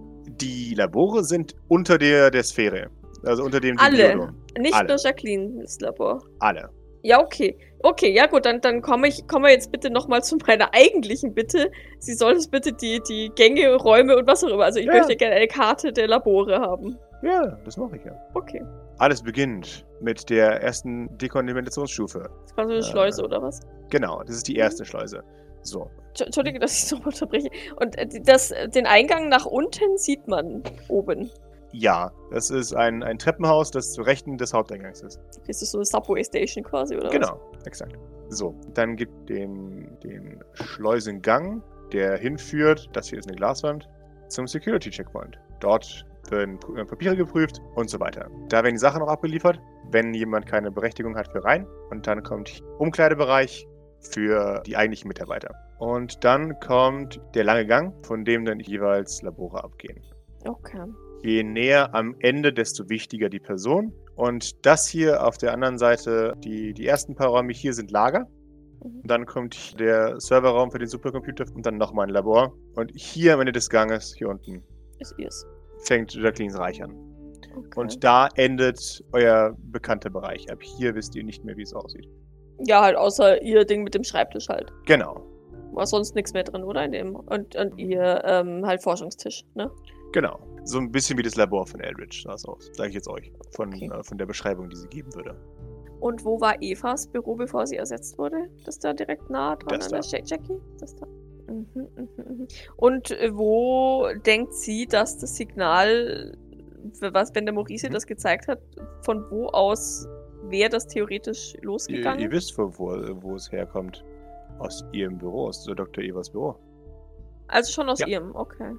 Speaker 2: Die Labore sind unter der, der Sphäre. Also unter dem
Speaker 3: alle,
Speaker 2: Biodom.
Speaker 3: nicht
Speaker 2: Alle.
Speaker 3: nur Jacquelines Labor.
Speaker 2: Alle.
Speaker 3: Ja, okay. Okay, ja gut, dann, dann komme ich, komme jetzt bitte nochmal zu meiner eigentlichen Bitte. Sie soll es bitte die, die Gänge, Räume und was auch immer. Also ich
Speaker 2: Ja.
Speaker 3: möchte gerne eine Karte der Labore haben.
Speaker 2: Ja, das mache ich ja.
Speaker 3: Okay.
Speaker 2: Alles beginnt mit der ersten Dekontaminationsstufe.
Speaker 3: Das war so eine
Speaker 2: Äh.
Speaker 3: Schleuse oder was?
Speaker 2: Genau, das ist die erste Schleuse. So.
Speaker 3: Entsch- Entschuldige, dass ich so unterbreche. Und äh, die- das, den Eingang nach unten sieht man oben.
Speaker 2: Ja, das ist ein, ein Treppenhaus, das zu Rechten des Haupteingangs ist.
Speaker 3: Ist das so eine Subway Station quasi, oder was?
Speaker 2: Genau, exakt. So, dann gibt den, den Schleusengang, der hinführt, das hier ist eine Glaswand, zum Security Checkpoint. Dort werden P- äh, Papiere geprüft und so weiter. Da werden die Sachen noch abgeliefert, wenn jemand keine Berechtigung hat für rein. Und dann kommt Umkleidebereich für die eigentlichen Mitarbeiter. Und dann kommt der lange Gang, von dem dann jeweils Labore abgehen.
Speaker 3: Okay.
Speaker 2: Je näher am Ende, desto wichtiger die Person. Und das hier auf der anderen Seite, die, die ersten paar Räume hier sind Lager.
Speaker 3: Mhm.
Speaker 2: Dann kommt der Serverraum für den Supercomputer und dann nochmal ein Labor. Und hier am Ende des Ganges, hier unten,
Speaker 3: Ist ihrs.
Speaker 2: fängt Jacquelines Reich an.
Speaker 3: Okay.
Speaker 2: Und da endet euer bekannter Bereich. Ab hier wisst ihr nicht mehr, wie es aussieht.
Speaker 3: Ja, halt außer ihr Ding mit dem Schreibtisch halt.
Speaker 2: Genau,
Speaker 3: War sonst nichts mehr drin, oder? In dem. Und, und ihr ähm, halt Forschungstisch, ne?
Speaker 2: genau. So ein bisschen wie das Labor von Eldritch sah es aus. Sage ich jetzt euch. Von,
Speaker 3: Okay.
Speaker 2: äh, von der Beschreibung, die sie geben würde.
Speaker 3: Und wo war Evas Büro, bevor sie ersetzt wurde? Das da direkt nah dran
Speaker 2: Das
Speaker 3: an
Speaker 2: da.
Speaker 3: der Ja- Jackie? Das da. Mhm, mhm, mhm. Und äh, wo denkt sie, dass das Signal, für was, wenn der Maurice
Speaker 2: Mhm.
Speaker 3: das gezeigt hat, von wo aus wäre das theoretisch
Speaker 2: Ihr,
Speaker 3: losgegangen?
Speaker 2: ihr wisst, wo, wo, wo es herkommt. Aus ihrem Büro, aus Doktor Evas Büro.
Speaker 3: Also schon aus
Speaker 2: Ja.
Speaker 3: ihrem, okay.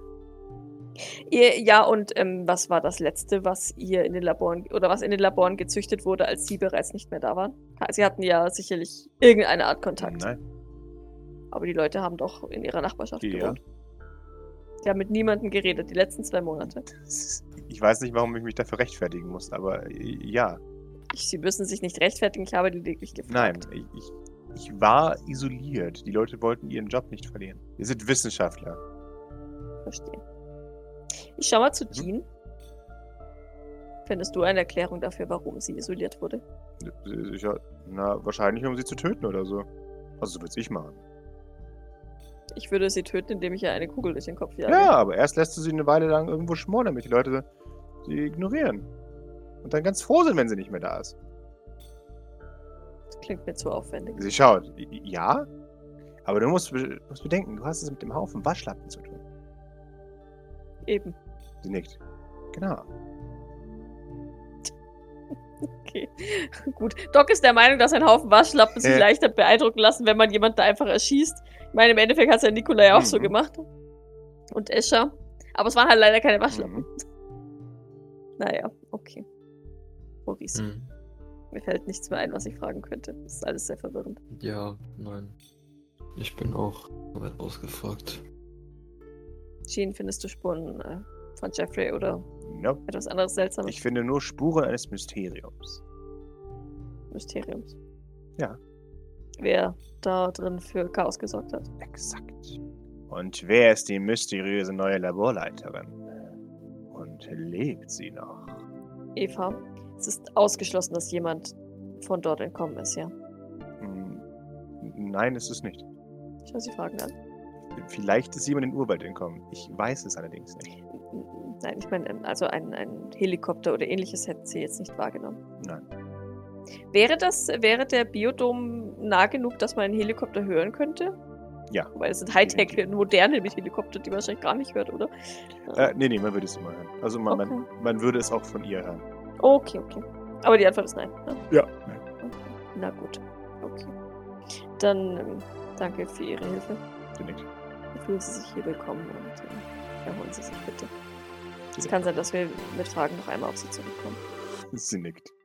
Speaker 3: Ihr, ja, und ähm, was war das Letzte, was ihr in den Laboren, oder was in den Laboren gezüchtet wurde, als sie bereits nicht mehr da waren? Sie hatten ja sicherlich irgendeine Art Kontakt.
Speaker 2: Nein.
Speaker 3: Aber die Leute haben doch in ihrer Nachbarschaft
Speaker 2: Ja.
Speaker 3: gewohnt. Sie haben mit niemandem geredet, die letzten zwei Monate.
Speaker 2: Das ist, ich weiß nicht, warum ich mich dafür rechtfertigen muss, aber äh, ja.
Speaker 3: Ich, sie müssen sich nicht rechtfertigen, ich habe die lediglich
Speaker 2: Nein,
Speaker 3: gefragt.
Speaker 2: ich, ich, ich war isoliert. Die Leute wollten ihren Job nicht verlieren. Wir sind Wissenschaftler.
Speaker 3: Verstehe. Ich schau mal zu
Speaker 2: Mhm.
Speaker 3: Jean. Findest du eine Erklärung dafür, warum sie isoliert wurde?
Speaker 2: Sicher, na, wahrscheinlich, um sie zu töten oder so. Also, so würde ich machen.
Speaker 3: Ich würde sie töten, indem ich ihr eine Kugel durch den Kopf jage.
Speaker 2: Ja, aber erst lässt du sie eine Weile lang irgendwo schmoren, damit die Leute sie ignorieren. Und dann ganz froh sind, wenn sie nicht mehr da ist.
Speaker 3: Das klingt mir zu aufwendig.
Speaker 2: Sie schaut, ja, aber du musst, be- musst bedenken, du hast es mit dem Haufen Waschlappen zu tun.
Speaker 3: Eben.
Speaker 2: Sie nickt. Genau.
Speaker 3: Okay. Gut. Doc ist der Meinung, dass ein Haufen Waschlappen sich
Speaker 2: Äh.
Speaker 3: leichter beeindrucken lassen, wenn man jemanden da einfach erschießt. Ich meine, im Endeffekt hat es ja Nikolai auch so
Speaker 2: Mhm.
Speaker 3: gemacht. Und Escher. Aber es waren halt leider keine Waschlappen.
Speaker 2: Mhm.
Speaker 3: Naja, okay. Maurice,
Speaker 4: Hm.
Speaker 3: mir fällt nichts mehr ein, was ich fragen könnte. Das ist alles sehr verwirrend.
Speaker 4: Ja, nein. Ich bin auch soweit ausgefragt.
Speaker 3: Jean, findest du Spuren äh, von Jeffrey oder
Speaker 2: Nope.
Speaker 3: etwas anderes Seltsames?
Speaker 2: Ich finde nur Spuren eines Mysteriums.
Speaker 3: Mysteriums.
Speaker 2: Ja.
Speaker 3: Wer da drin für Chaos gesorgt hat.
Speaker 2: Exakt. Und wer ist die mysteriöse neue Laborleiterin? Und lebt sie noch?
Speaker 3: Eva, es ist ausgeschlossen, dass jemand von dort entkommen ist, ja?
Speaker 2: Hm, nein, ist es nicht.
Speaker 3: Schau sie Fragen an.
Speaker 2: Vielleicht ist jemand in den Urwald entkommen. Ich weiß es allerdings nicht.
Speaker 3: Nein, ich meine, ähm, also ein, ein Helikopter oder ähnliches hätten sie jetzt nicht wahrgenommen.
Speaker 2: Nein.
Speaker 3: Wäre das, wäre der Biodom nah genug, dass man einen Helikopter hören könnte?
Speaker 2: Ja.
Speaker 3: Weil es sind Hightech, moderne mit Helikopter, die man wahrscheinlich gar nicht hört, oder?
Speaker 2: Äh, nee, nee, man würde es immer hören. Also man,
Speaker 3: Okay.
Speaker 2: man, man würde es auch von ihr hören.
Speaker 3: Okay, okay. Aber die Antwort ist nein. Ne?
Speaker 2: Ja. Nein.
Speaker 3: Okay. Na gut. Okay. Dann ähm, danke für Ihre Hilfe.
Speaker 2: Sie nickt.
Speaker 3: Fühlen Sie sich hier willkommen und ähm, erholen Sie sich bitte. Es
Speaker 2: Sie
Speaker 3: kann sein, dass wir mit Fragen noch einmal auf Sie zurückkommen.
Speaker 2: nickt. Sie nickt.